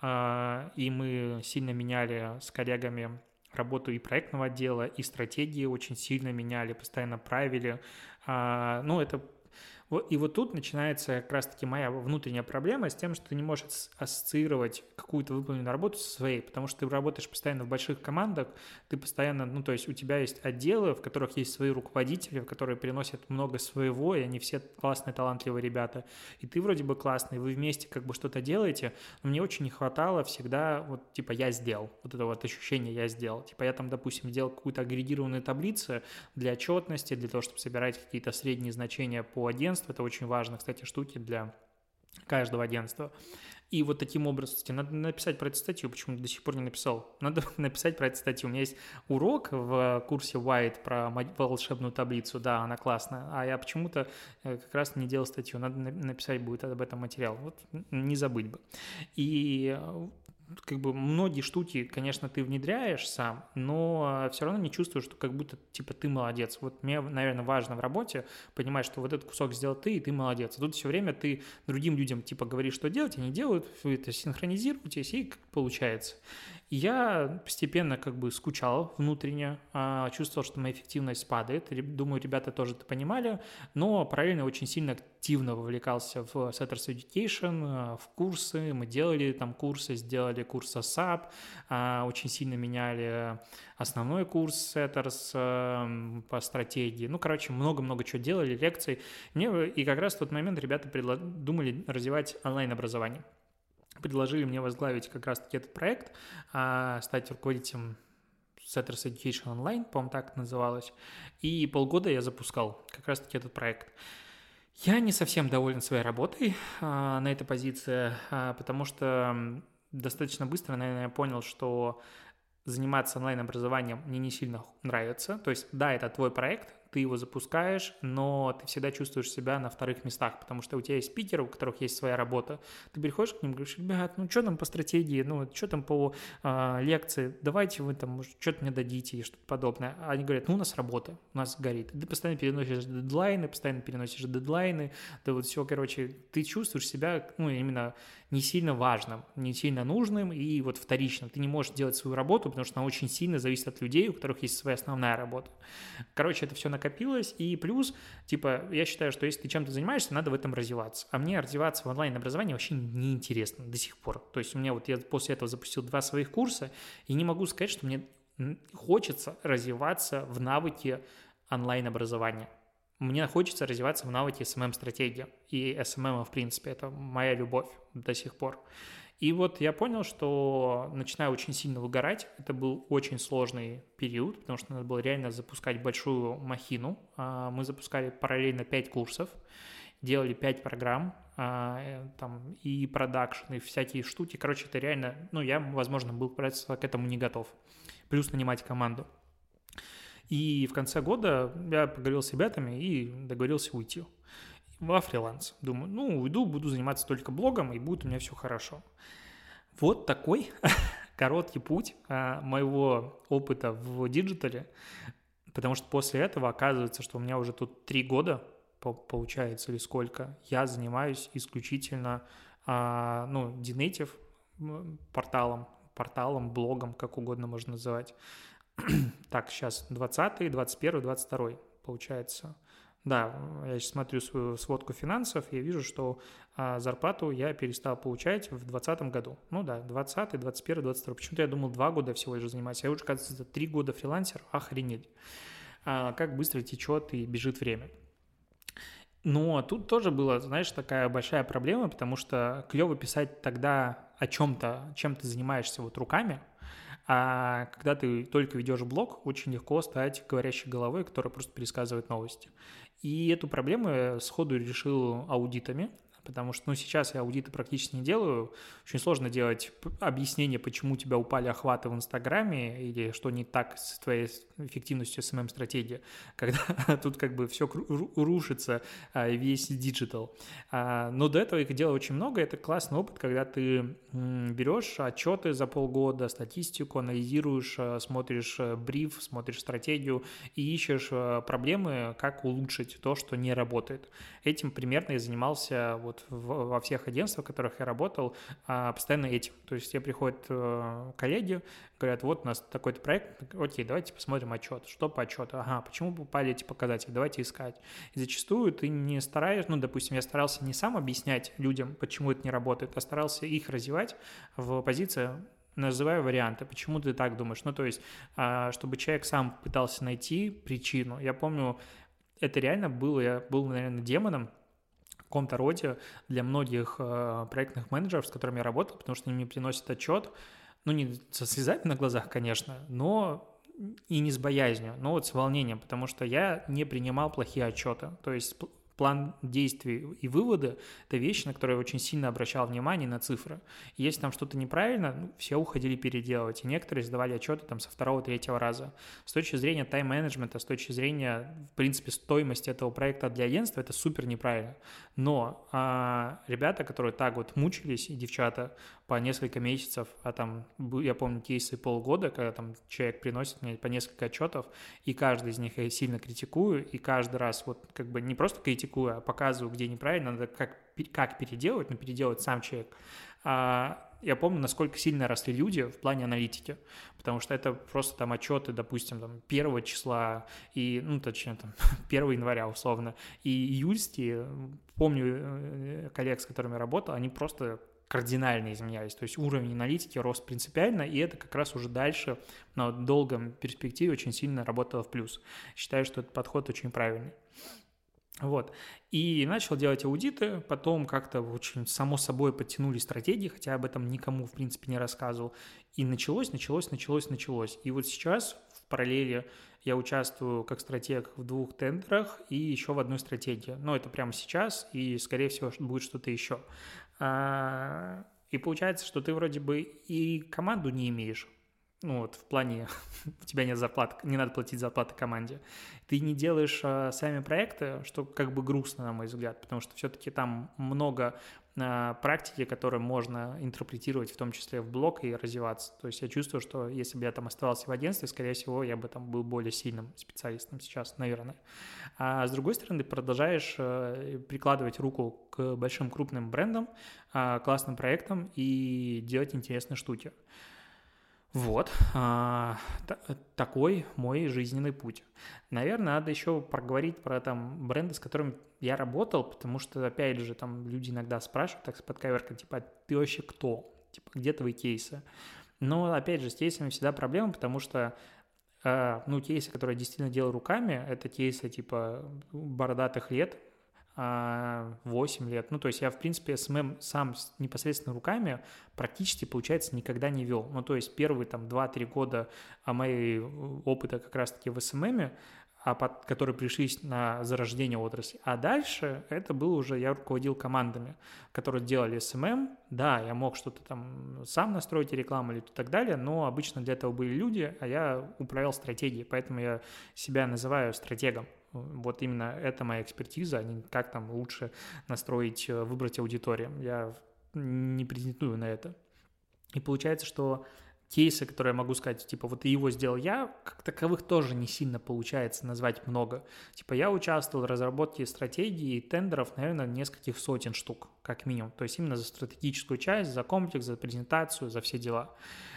и мы сильно меняли с коллегами работу и проектного отдела, и стратегии очень сильно меняли, постоянно правили. Ну, это... И вот тут начинается как раз-таки моя внутренняя проблема с тем, что ты не можешь ассоциировать какую-то выполненную работу со своей, потому что ты работаешь постоянно в больших командах, ты постоянно, ну, то есть у тебя есть отделы, в которых есть свои руководители, которые приносят много своего, и они все классные, талантливые ребята, и ты вроде бы классный, вы вместе как бы что-то делаете, но мне очень не хватало всегда вот, типа, я сделал, вот это вот ощущение я сделал, типа, я там, допустим, делал какую-то агрегированную таблицу для отчетности, для того, чтобы собирать какие-то средние значения по агентству. Это очень важно, кстати, штуки для каждого агентства. И вот таким образом, кстати, надо написать про эту статью, почему до сих пор не написал. Надо написать про эту статью. У меня есть урок в курсе White про волшебную таблицу, да, она классная, а я почему-то как раз не делал статью. Надо написать будет об этом материал. Вот не забыть бы. И как бы многие штуки, конечно, ты внедряешь сам, но все равно не чувствуешь, что как будто, типа, ты молодец. Вот мне, наверное, важно в работе понимать, что вот этот кусок сделал ты, и ты молодец. А тут все время ты другим людям, типа, говоришь, что делать, они делают, вы это синхронизируетесь, и как получается. И я постепенно как бы скучал внутренне, чувствовал, что моя эффективность падает. Думаю, ребята тоже это понимали, но параллельно очень сильно активно вовлекался в Setters Education, в курсы. Мы делали там курсы, сделали курс эс эй пи, очень сильно меняли основной курс Setters по стратегии. Ну, короче, много-много чего делали, лекций. Мне, и как раз в тот момент ребята предло- думали развивать онлайн-образование. Предложили мне возглавить как раз-таки этот проект, стать руководителем Setters Education Online, по-моему, так это называлось. И полгода я запускал как раз-таки этот проект. Я не совсем доволен своей работой на этой позиции, потому что достаточно быстро, наверное, я понял, что заниматься онлайн-образованием мне не сильно нравится. То есть, да, это твой проект, ты его запускаешь, но ты всегда чувствуешь себя на вторых местах, потому что у тебя есть спикеры, у которых есть своя работа. Ты приходишь к ним и говоришь: ребят, ну что там по стратегии, ну что там по э, лекции, давайте вы там, может, что-то мне дадите и что-то подобное. А они говорят: ну у нас работа, у нас горит. Ты постоянно переносишь дедлайны, постоянно переносишь дедлайны, ты вот все, короче, ты чувствуешь себя, ну, именно не сильно важным, не сильно нужным и вот вторичным. Ты не можешь делать свою работу, потому что она очень сильно зависит от людей, у которых есть своя основная работа. Короче, это все накопилось, и плюс, типа, я считаю, что если ты чем-то занимаешься, надо в этом развиваться. А мне развиваться в онлайн-образовании вообще неинтересно до сих пор. То есть у меня вот я после этого запустил два своих курса, и не могу сказать, что мне хочется развиваться в навыке онлайн-образования. Мне хочется развиваться в навыке эс эм эм-стратегии. И эс эм эм, в принципе, это моя любовь до сих пор. И вот я понял, что начинаю очень сильно выгорать. Это был очень сложный период, потому что надо было реально запускать большую махину. Мы запускали параллельно пять курсов, делали пять программ, там и продакшн, и всякие штуки. Короче, это реально, ну, я, возможно, был просто к этому не готов. Плюс нанимать команду. И в конце года я поговорил с ребятами и договорился уйти во фриланс. Думаю, ну, уйду, буду заниматься только блогом, и будет у меня все хорошо. Вот такой короткий путь а, моего опыта в диджитале, потому что после этого оказывается, что у меня уже тут три года, получается, или сколько, я занимаюсь исключительно, а, ну, Dnative порталом, порталом, блогом, как угодно можно называть. Так, сейчас двадцатый, двадцать первый, двадцать второй, получается. Да, я сейчас смотрю свою сводку финансов, и я вижу, что а, зарплату я перестал получать в двадцатом году. Ну да, двадцатый, двадцать первый, двадцать второй. Почему-то я думал, два года всего лишь занимаюсь. Я уже, кажется, три года фрилансер, охренеть. а как быстро течет и бежит время. Но тут тоже была, знаешь, такая большая проблема, потому что клево писать тогда о чем-то, чем ты занимаешься вот руками, а когда ты только ведешь блог, очень легко стать говорящей головой, которая просто пересказывает новости. И эту проблему я сходу решил аудитами, потому что, ну, сейчас я аудиты практически не делаю. Очень сложно делать объяснение, почему у тебя упали охваты в Инстаграме или что не так с твоей эффективностью эс эм эм-стратегии, когда тут как бы все рушится, весь диджитал. Но до этого их делал очень много. Это классный опыт, когда ты берешь отчеты за полгода, статистику, анализируешь, смотришь бриф, смотришь стратегию и ищешь проблемы, как улучшить то, что не работает. Этим примерно я занимался вот во всех агентствах, в которых я работал, постоянно этим. То есть тебе приходят коллеги, говорят, вот у нас такой-то проект, окей, давайте посмотрим отчет. Что по отчету? Ага, почему попали эти показатели? Давайте искать. И зачастую ты не стараешься, ну, допустим, я старался не сам объяснять людям, почему это не работает, а старался их развивать в позиции, называю варианты, почему ты так думаешь. Ну, то есть, чтобы человек сам пытался найти причину. Я помню, это реально было, я был, наверное, демоном в каком-то роде для многих э, проектных менеджеров, с которыми я работал, потому что они мне приносят отчет, ну, не со слезами на глазах, конечно, но и не с боязнью, но вот с волнением, потому что я не принимал плохие отчеты. То есть план действий и выводы – это вещи, на которые я очень сильно обращал внимание, на цифры. И если там что-то неправильно, ну, все уходили переделывать, и некоторые сдавали отчеты там со второго-третьего раза. С точки зрения тайм-менеджмента, с точки зрения, в принципе, стоимости этого проекта для агентства, это супер неправильно. Но а, ребята, которые так вот мучились, и девчата по несколько месяцев, а там, я помню, кейсы полгода, когда там человек приносит мне по несколько отчетов, и каждый из них я сильно критикую, и каждый раз вот как бы не просто критикую, а показываю, где неправильно, надо как, как переделывать, но переделывать сам человек. А, я помню, насколько сильно росли люди в плане аналитики, потому что это просто там отчеты, допустим, там первого числа, и, ну, точнее, там, первого января, условно, и июльские, помню коллег, с которыми я работал, они просто кардинально изменялись, то есть уровень аналитики рос принципиально, и это как раз уже дальше на долгом перспективе очень сильно работало в плюс. Считаю, что этот подход очень правильный. Вот. И начал делать аудиты, потом как-то очень само собой подтянули стратегии, хотя об этом никому, в принципе, не рассказывал. И началось, началось, началось, началось. И вот сейчас в параллели я участвую как стратег в двух тендерах и еще в одной стратегии. Но это прямо сейчас, и, скорее всего, будет что-то еще. И получается, что ты вроде бы и команду не имеешь, ну вот в плане у тебя нет зарплаты, не надо платить зарплаты команде. Ты не делаешь а, сами проекты, что как бы грустно, на мой взгляд, потому что все-таки там много а, практики, которые можно интерпретировать, в том числе в блог, и развиваться. То есть я чувствую, что если бы я там оставался в агентстве, скорее всего, я бы там был более сильным специалистом сейчас, наверное. А с другой стороны, ты продолжаешь а, прикладывать руку к большим крупным брендам, а, классным проектам и делать интересные штуки. Вот, а, т- такой мой жизненный путь. Наверное, надо еще проговорить про там бренды, с которыми я работал, потому что, опять же, там люди иногда спрашивают так с подкаверкой, типа, ты вообще кто? Типа, где твои кейсы? Но, опять же, с кейсами всегда проблема, потому что, э, ну, кейсы, которые я действительно делал руками, это кейсы, типа, бородатых лет, восемь лет. Ну, то есть я, в принципе, эс эм эм сам непосредственно руками практически, получается, никогда не вел. Ну, то есть первые там два-три года моей опыта как раз-таки в эс эм эм, а под, которые пришлись на зарождение отрасли. А дальше это было уже, я руководил командами, которые делали эс эм эм. Да, я мог что-то там сам настроить рекламу или так далее, но обычно для этого были люди, а я управлял стратегией, поэтому я себя называю стратегом. Вот именно это моя экспертиза, а не как там лучше настроить, выбрать аудиторию. Я не претендую на это. И получается, что кейсы, которые я могу сказать, типа, вот и его сделал я, как таковых тоже не сильно получается назвать много. Типа, я участвовал в разработке стратегии и тендеров, наверное, нескольких сотен штук, как минимум. То есть именно за стратегическую часть, за комплекс, за презентацию, за все дела.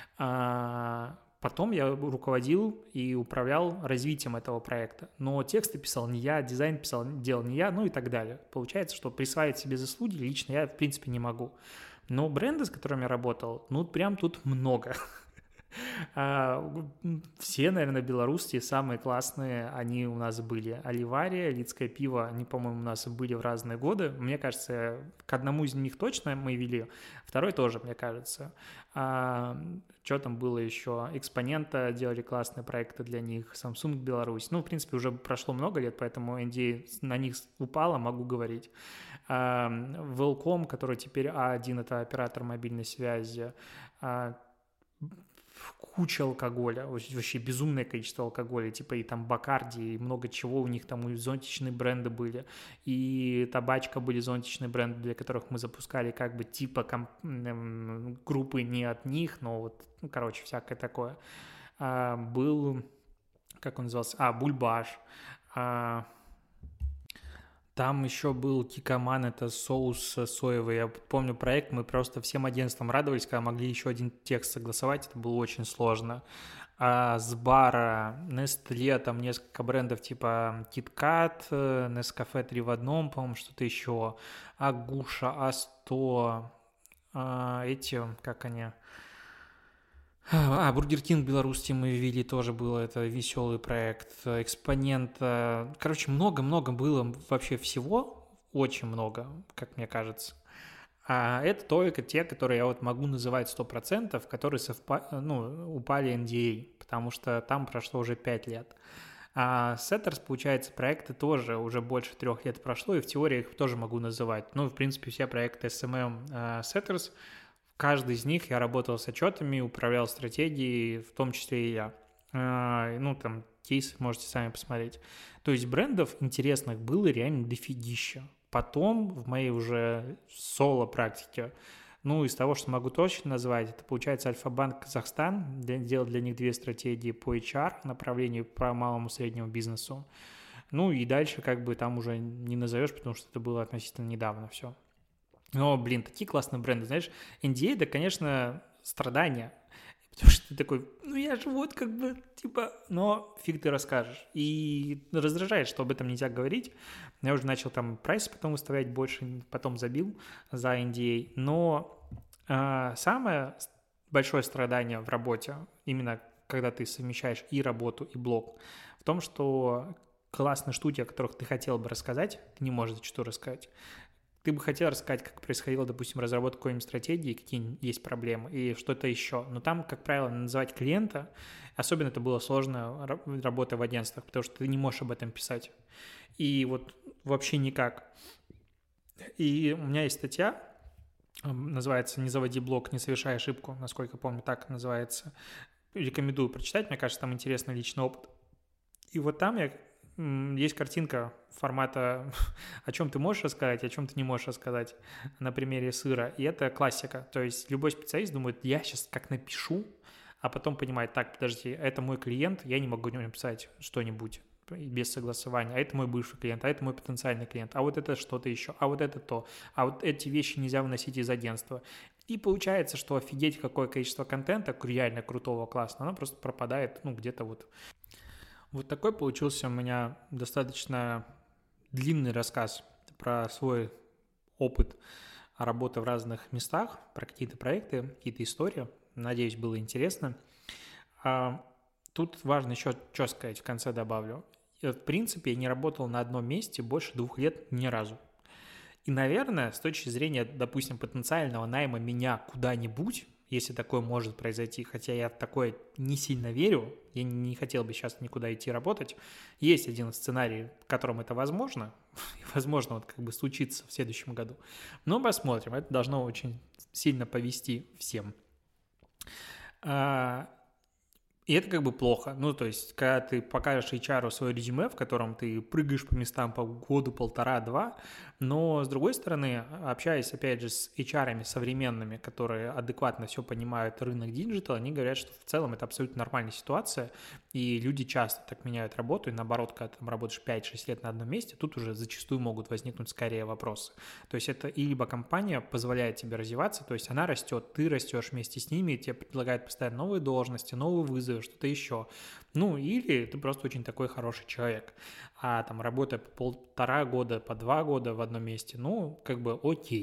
Потом я руководил и управлял развитием этого проекта. Но тексты писал не я, дизайн писал, делал не я, ну и так далее. Получается, что присваивать себе заслуги лично я, в принципе, не могу. Но бренды, с которыми я работал, ну, прям тут много. А, Все, наверное, белорусские самые классные, они у нас были. Оливария, Лидское пиво, они, по-моему, у нас были в разные годы. Мне кажется, к одному из них точно мы вели, второй тоже, мне кажется. А, что там было еще? Экспонента делали классные проекты для них, Samsung Беларусь. Ну, в принципе, уже прошло много лет, поэтому эн ди эй на них упало, могу говорить. А, Велком, который теперь а один, это оператор мобильной связи. А, куча алкоголя, вообще безумное количество алкоголя, типа и там Бакарди, и много чего у них там, и зонтичные бренды были, и табачка были зонтичные бренды, для которых мы запускали как бы типа комп- группы не от них, но вот, ну, короче, всякое такое. А, был, как он назывался, а, Бульбаш, а, там еще был Кикоман, это соус соевый. Я помню проект, мы просто всем агентствам радовались, когда могли еще один текст согласовать, это было очень сложно. А с бара Nestle, там несколько брендов типа KitKat, Nescafe три в одном, по-моему, что-то еще, Агуша, а сто, а, эти, как они... А, Бургер Кинг Беларуси мы ввели, тоже было, это веселый проект, Экспонент, короче, много-много было вообще всего, очень много, как мне кажется. А это только те, которые я вот могу называть сто процентов, которые совпа... ну, упали эн ди эй, потому что там прошло уже пять лет. А Setters, получается, проекты тоже уже больше трех лет прошло, и в теории их тоже могу называть. Ну, в принципе, все проекты эс эм эм Setters, каждый из них я работал с отчетами, управлял стратегией, в том числе и я. Ну, там, кейсы можете сами посмотреть. То есть брендов интересных было реально дофигища. Потом в моей уже соло-практике, ну, из того, что могу точно назвать, это, получается, Альфа-банк Казахстан, делал для них две стратегии по эйч ар, направлению по малому и среднему бизнесу. Ну, и дальше как бы там уже не назовешь, потому что это было относительно недавно все. Но, блин, такие классные бренды, знаешь, эн ди эй, да, конечно, страдания, потому что ты такой, ну я же вот как бы, типа, но фиг ты расскажешь. И раздражает, что об этом нельзя говорить. Я уже начал там прайс потом выставлять больше, потом забил за эн ди эй. Но э, самое большое страдание в работе, именно когда ты совмещаешь и работу, и блог, в том, что классные штуки, о которых ты хотел бы рассказать, ты не можешь что рассказать. Ты бы хотел рассказать, как происходила, допустим, разработка какой-нибудь стратегии, какие есть проблемы и что-то еще. Но там, как правило, называть клиента, особенно это было сложно, работая в агентствах, потому что ты не можешь об этом писать. И вот вообще никак. И у меня есть статья, называется «Не заводи блог, не совершай ошибку», насколько помню, так называется. Рекомендую прочитать, мне кажется, там интересный личный опыт. И вот там я... есть картинка формата «О чем ты можешь рассказать, о чем ты не можешь рассказать» на примере сыра. И это классика. То есть любой специалист думает, я сейчас как напишу, а потом понимает, так, подожди, это мой клиент, я не могу написать что-нибудь без согласования, а это мой бывший клиент, а это мой потенциальный клиент, а вот это что-то еще, а вот это то, а вот эти вещи нельзя выносить из агентства. И получается, что офигеть, какое количество контента реально крутого, классного, оно просто пропадает, ну, где-то вот. Вот такой получился у меня достаточно длинный рассказ про свой опыт работы в разных местах, про какие-то проекты, какие-то истории. Надеюсь, было интересно. А тут важно еще что сказать, в конце добавлю. В принципе, я не работал на одном месте больше двух лет ни разу. И, наверное, с точки зрения, допустим, потенциального найма меня куда-нибудь, если такое может произойти, хотя я в такое не сильно верю, я не хотел бы сейчас никуда идти работать, есть один сценарий, в котором это возможно, и возможно вот как бы случится в следующем году. Но посмотрим, это должно очень сильно повести всем. И это как бы плохо. Ну, то есть, когда ты покажешь эйч ар свое резюме, в котором ты прыгаешь по местам по году, полтора-два, но, с другой стороны, общаясь, опять же, с эйч ар-ами современными, которые адекватно все понимают рынок диджитал, они говорят, что в целом это абсолютно нормальная ситуация, и люди часто так меняют работу, и наоборот, когда ты там работаешь пять-шесть лет на одном месте, тут уже зачастую могут возникнуть скорее вопросы. То есть, это и либо компания позволяет тебе развиваться, то есть, она растет, ты растешь вместе с ними, и тебе предлагают постоянно новые должности, новые вызовы, что-то еще. Ну, или ты просто очень такой хороший человек. А там работая по полтора года, по два года в одном месте, ну, как бы окей.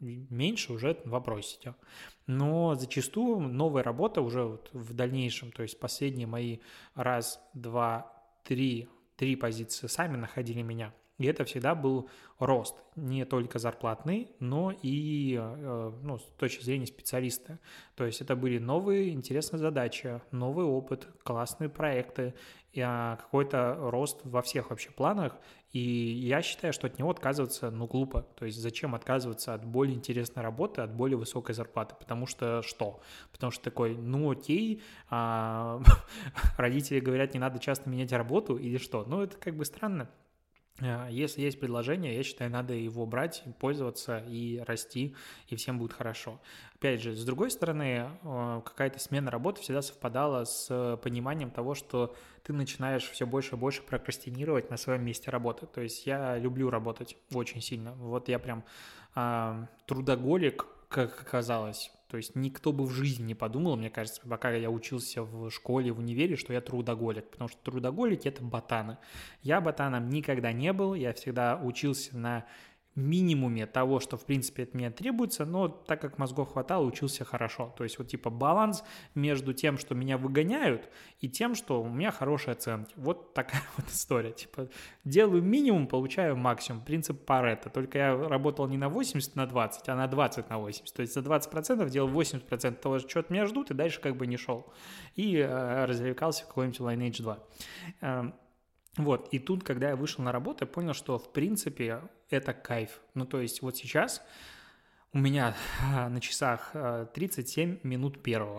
меньше уже вопросите. Но зачастую новая работа уже вот в дальнейшем, то есть последние мои раз, два, три, три позиции сами находили меня. И это всегда был рост, не только зарплатный, но и ну, с точки зрения специалиста. То есть это были новые интересные задачи, новый опыт, классные проекты, и какой-то рост во всех вообще планах. И я считаю, что от него отказываться, ну, глупо. То есть зачем отказываться от более интересной работы, от более высокой зарплаты? Потому что что? Потому что такой, ну, окей, а, родители говорят, не надо часто менять работу или что? Ну, это как бы странно. Если есть предложение, я считаю, надо его брать, пользоваться и расти, и всем будет хорошо. Опять же, с другой стороны, какая-то смена работы всегда совпадала с пониманием того, что ты начинаешь все больше и больше прокрастинировать на своем месте работы. То есть я люблю работать очень сильно. Вот я прям а, трудоголик, как оказалось. То есть никто бы в жизни не подумал, мне кажется, пока я учился в школе, в универе, что я трудоголик, потому что трудоголики – это ботаны. Я ботаном никогда не был, я всегда учился на минимуме того, что, в принципе, от меня требуется, но так как мозгов хватало, учился хорошо. То есть вот типа баланс между тем, что меня выгоняют, и тем, что у меня хорошие оценки. Вот такая вот история. Типа делаю минимум, получаю максимум. Принцип Паретто. Только я работал не на восемьдесят на двадцать, а на двадцать на восемьдесят. То есть за двадцать процентов делал восемьдесят процентов того, что от меня ждут, и дальше как бы не шел. И э, развлекался в какой-нибудь Lineage два. Э, Вот, и тут, когда я вышел на работу, я понял, что, в принципе, это кайф. Ну, то есть вот сейчас у меня на часах тридцать семь минут первого.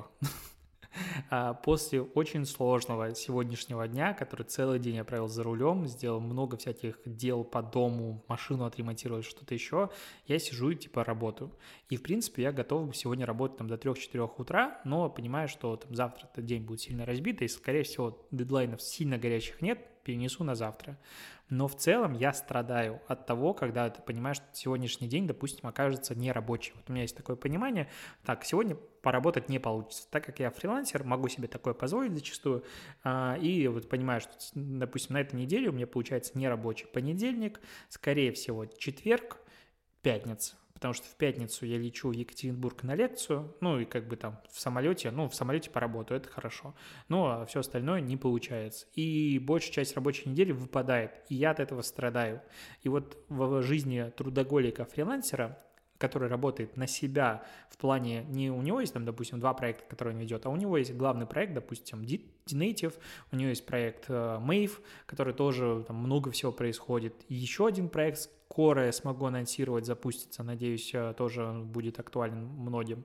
После очень сложного сегодняшнего дня, который целый день я провел за рулем, сделал много всяких дел по дому, машину отремонтировал, что-то еще, я сижу и типа работаю. И, в принципе, я готов сегодня работать там до трех-четырех утра, но понимаю, что там завтра этот день будет сильно разбит, и, скорее всего, дедлайнов сильно горячих нет, перенесу на завтра. Но в целом я страдаю от того, когда ты понимаешь, что сегодняшний день, допустим, окажется нерабочим. Вот у меня есть такое понимание, так, сегодня поработать не получится. Так как я фрилансер, могу себе такое позволить зачастую, и вот понимаю, что, допустим, на этой неделе у меня получается нерабочий понедельник, скорее всего, четверг, пятница. Потому что в пятницу я лечу в Екатеринбург на лекцию, ну и как бы там в самолете, ну в самолете поработаю, это хорошо, но все остальное не получается. И большая часть рабочей недели выпадает, и я от этого страдаю. И вот в жизни трудоголика-фрилансера, который работает на себя в плане, не у него есть там, допустим, два проекта, которые он ведет, а у него есть главный проект, допустим, D-Native, у него есть проект Mave, который тоже там много всего происходит, и еще один проект, скоро я смогу анонсировать, запустится, надеюсь, тоже будет актуален многим.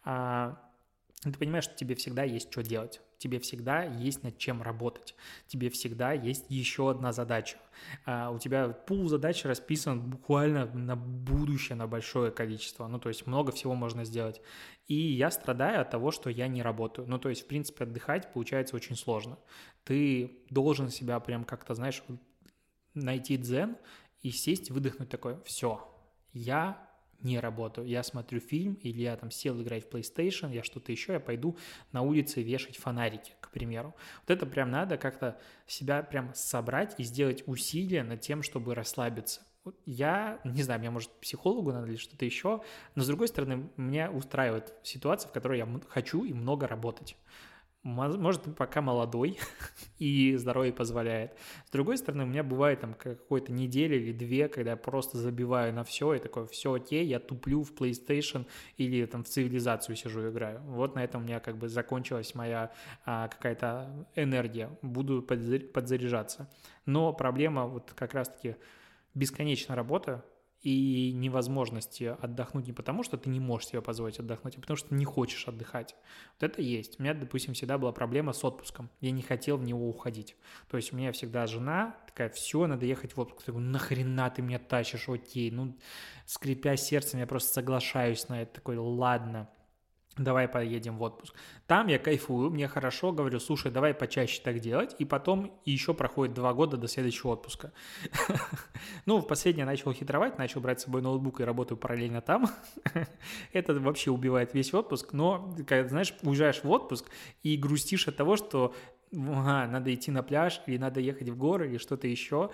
Ты понимаешь, что тебе всегда есть что делать, тебе всегда есть над чем работать, тебе всегда есть еще одна задача. У тебя пул задач расписан буквально на будущее, на большое количество, ну, то есть много всего можно сделать. И я страдаю от того, что я не работаю. Ну, то есть, в принципе, отдыхать получается очень сложно. Ты должен себя прям как-то, знаешь, найти дзен и сесть, выдохнуть такой, все, я не работаю, я смотрю фильм, или я там сел играть в PlayStation, я что-то еще, я пойду на улице вешать фонарики, к примеру. Вот это прям надо как-то себя прям собрать и сделать усилия над тем, чтобы расслабиться. Я, не знаю, мне, может, психологу надо или что-то еще, но, с другой стороны, меня устраивает ситуация, в которой я хочу и много работать. Может, пока молодой и здоровье позволяет. С другой стороны, у меня бывает там какой-то неделя или две, когда я просто забиваю на все, и такой, все окей, я туплю в PlayStation или там в цивилизацию сижу играю. Вот на этом у меня как бы закончилась моя а, какая-то энергия. Буду подзаряжаться. Но проблема вот как раз-таки бесконечная работа и невозможности отдохнуть не потому, что ты не можешь себе позволить отдохнуть, а потому что не хочешь отдыхать. Вот это есть. У меня, допустим, всегда была проблема с отпуском. Я не хотел в него уходить. То есть у меня всегда жена такая, все, надо ехать в отпуск. Я говорю, нахрена ты меня тащишь, окей. Ну, скрипя сердцем, я просто соглашаюсь на это. Такой, ладно, давай поедем в отпуск. Там я кайфую, мне хорошо, говорю, слушай, давай почаще так делать, и потом еще проходит два года до следующего отпуска. Ну, в последнее начал хитровать, начал брать с собой ноутбук и работаю параллельно там. Это вообще убивает весь отпуск, но, когда, знаешь, уезжаешь в отпуск и грустишь от того, что ага, надо идти на пляж, или надо ехать в горы, или что-то еще,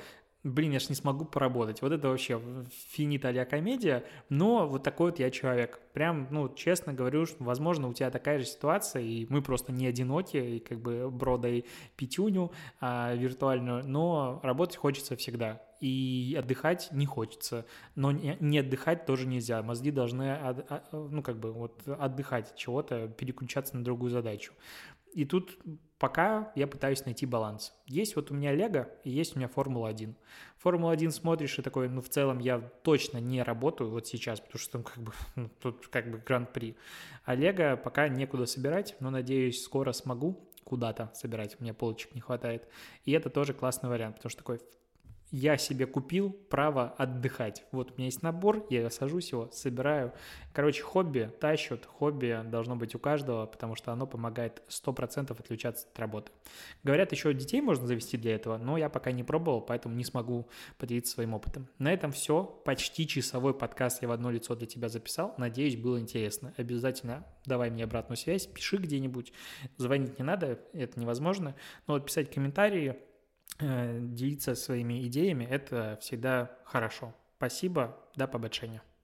блин, я ж не смогу поработать. Вот это вообще финита а-ля комедия, но вот такой вот я человек. Прям, ну, честно говорю, что, возможно, у тебя такая же ситуация, и мы просто не одиноки, и как бы бродай пятюню а, виртуальную, но работать хочется всегда. И отдыхать не хочется, но не, не отдыхать тоже нельзя. Мозги должны, от, от, ну, как бы, вот отдыхать от чего-то, переключаться на другую задачу. И тут пока я пытаюсь найти баланс. Есть вот у меня Лего и есть у меня Формула один. Формула один смотришь и такой, ну, в целом я точно не работаю вот сейчас, потому что там как бы, ну, тут как бы гран-при. А Лего пока некуда собирать, но, надеюсь, скоро смогу куда-то собирать, мне полочек не хватает. И это тоже классный вариант, потому что такой я себе купил право отдыхать. Вот у меня есть набор, я сажусь его, собираю. Короче, хобби тащут, хобби должно быть у каждого, потому что оно помогает сто процентов отключаться от работы. Говорят, еще детей можно завести для этого, но я пока не пробовал, поэтому не смогу поделиться своим опытом. На этом все. Почти часовой подкаст я в одно лицо для тебя записал. Надеюсь, было интересно. Обязательно давай мне обратную связь, пиши где-нибудь. Звонить не надо, это невозможно. Но вот писать комментарии, делиться своими идеями – это всегда хорошо. Спасибо, до побачення.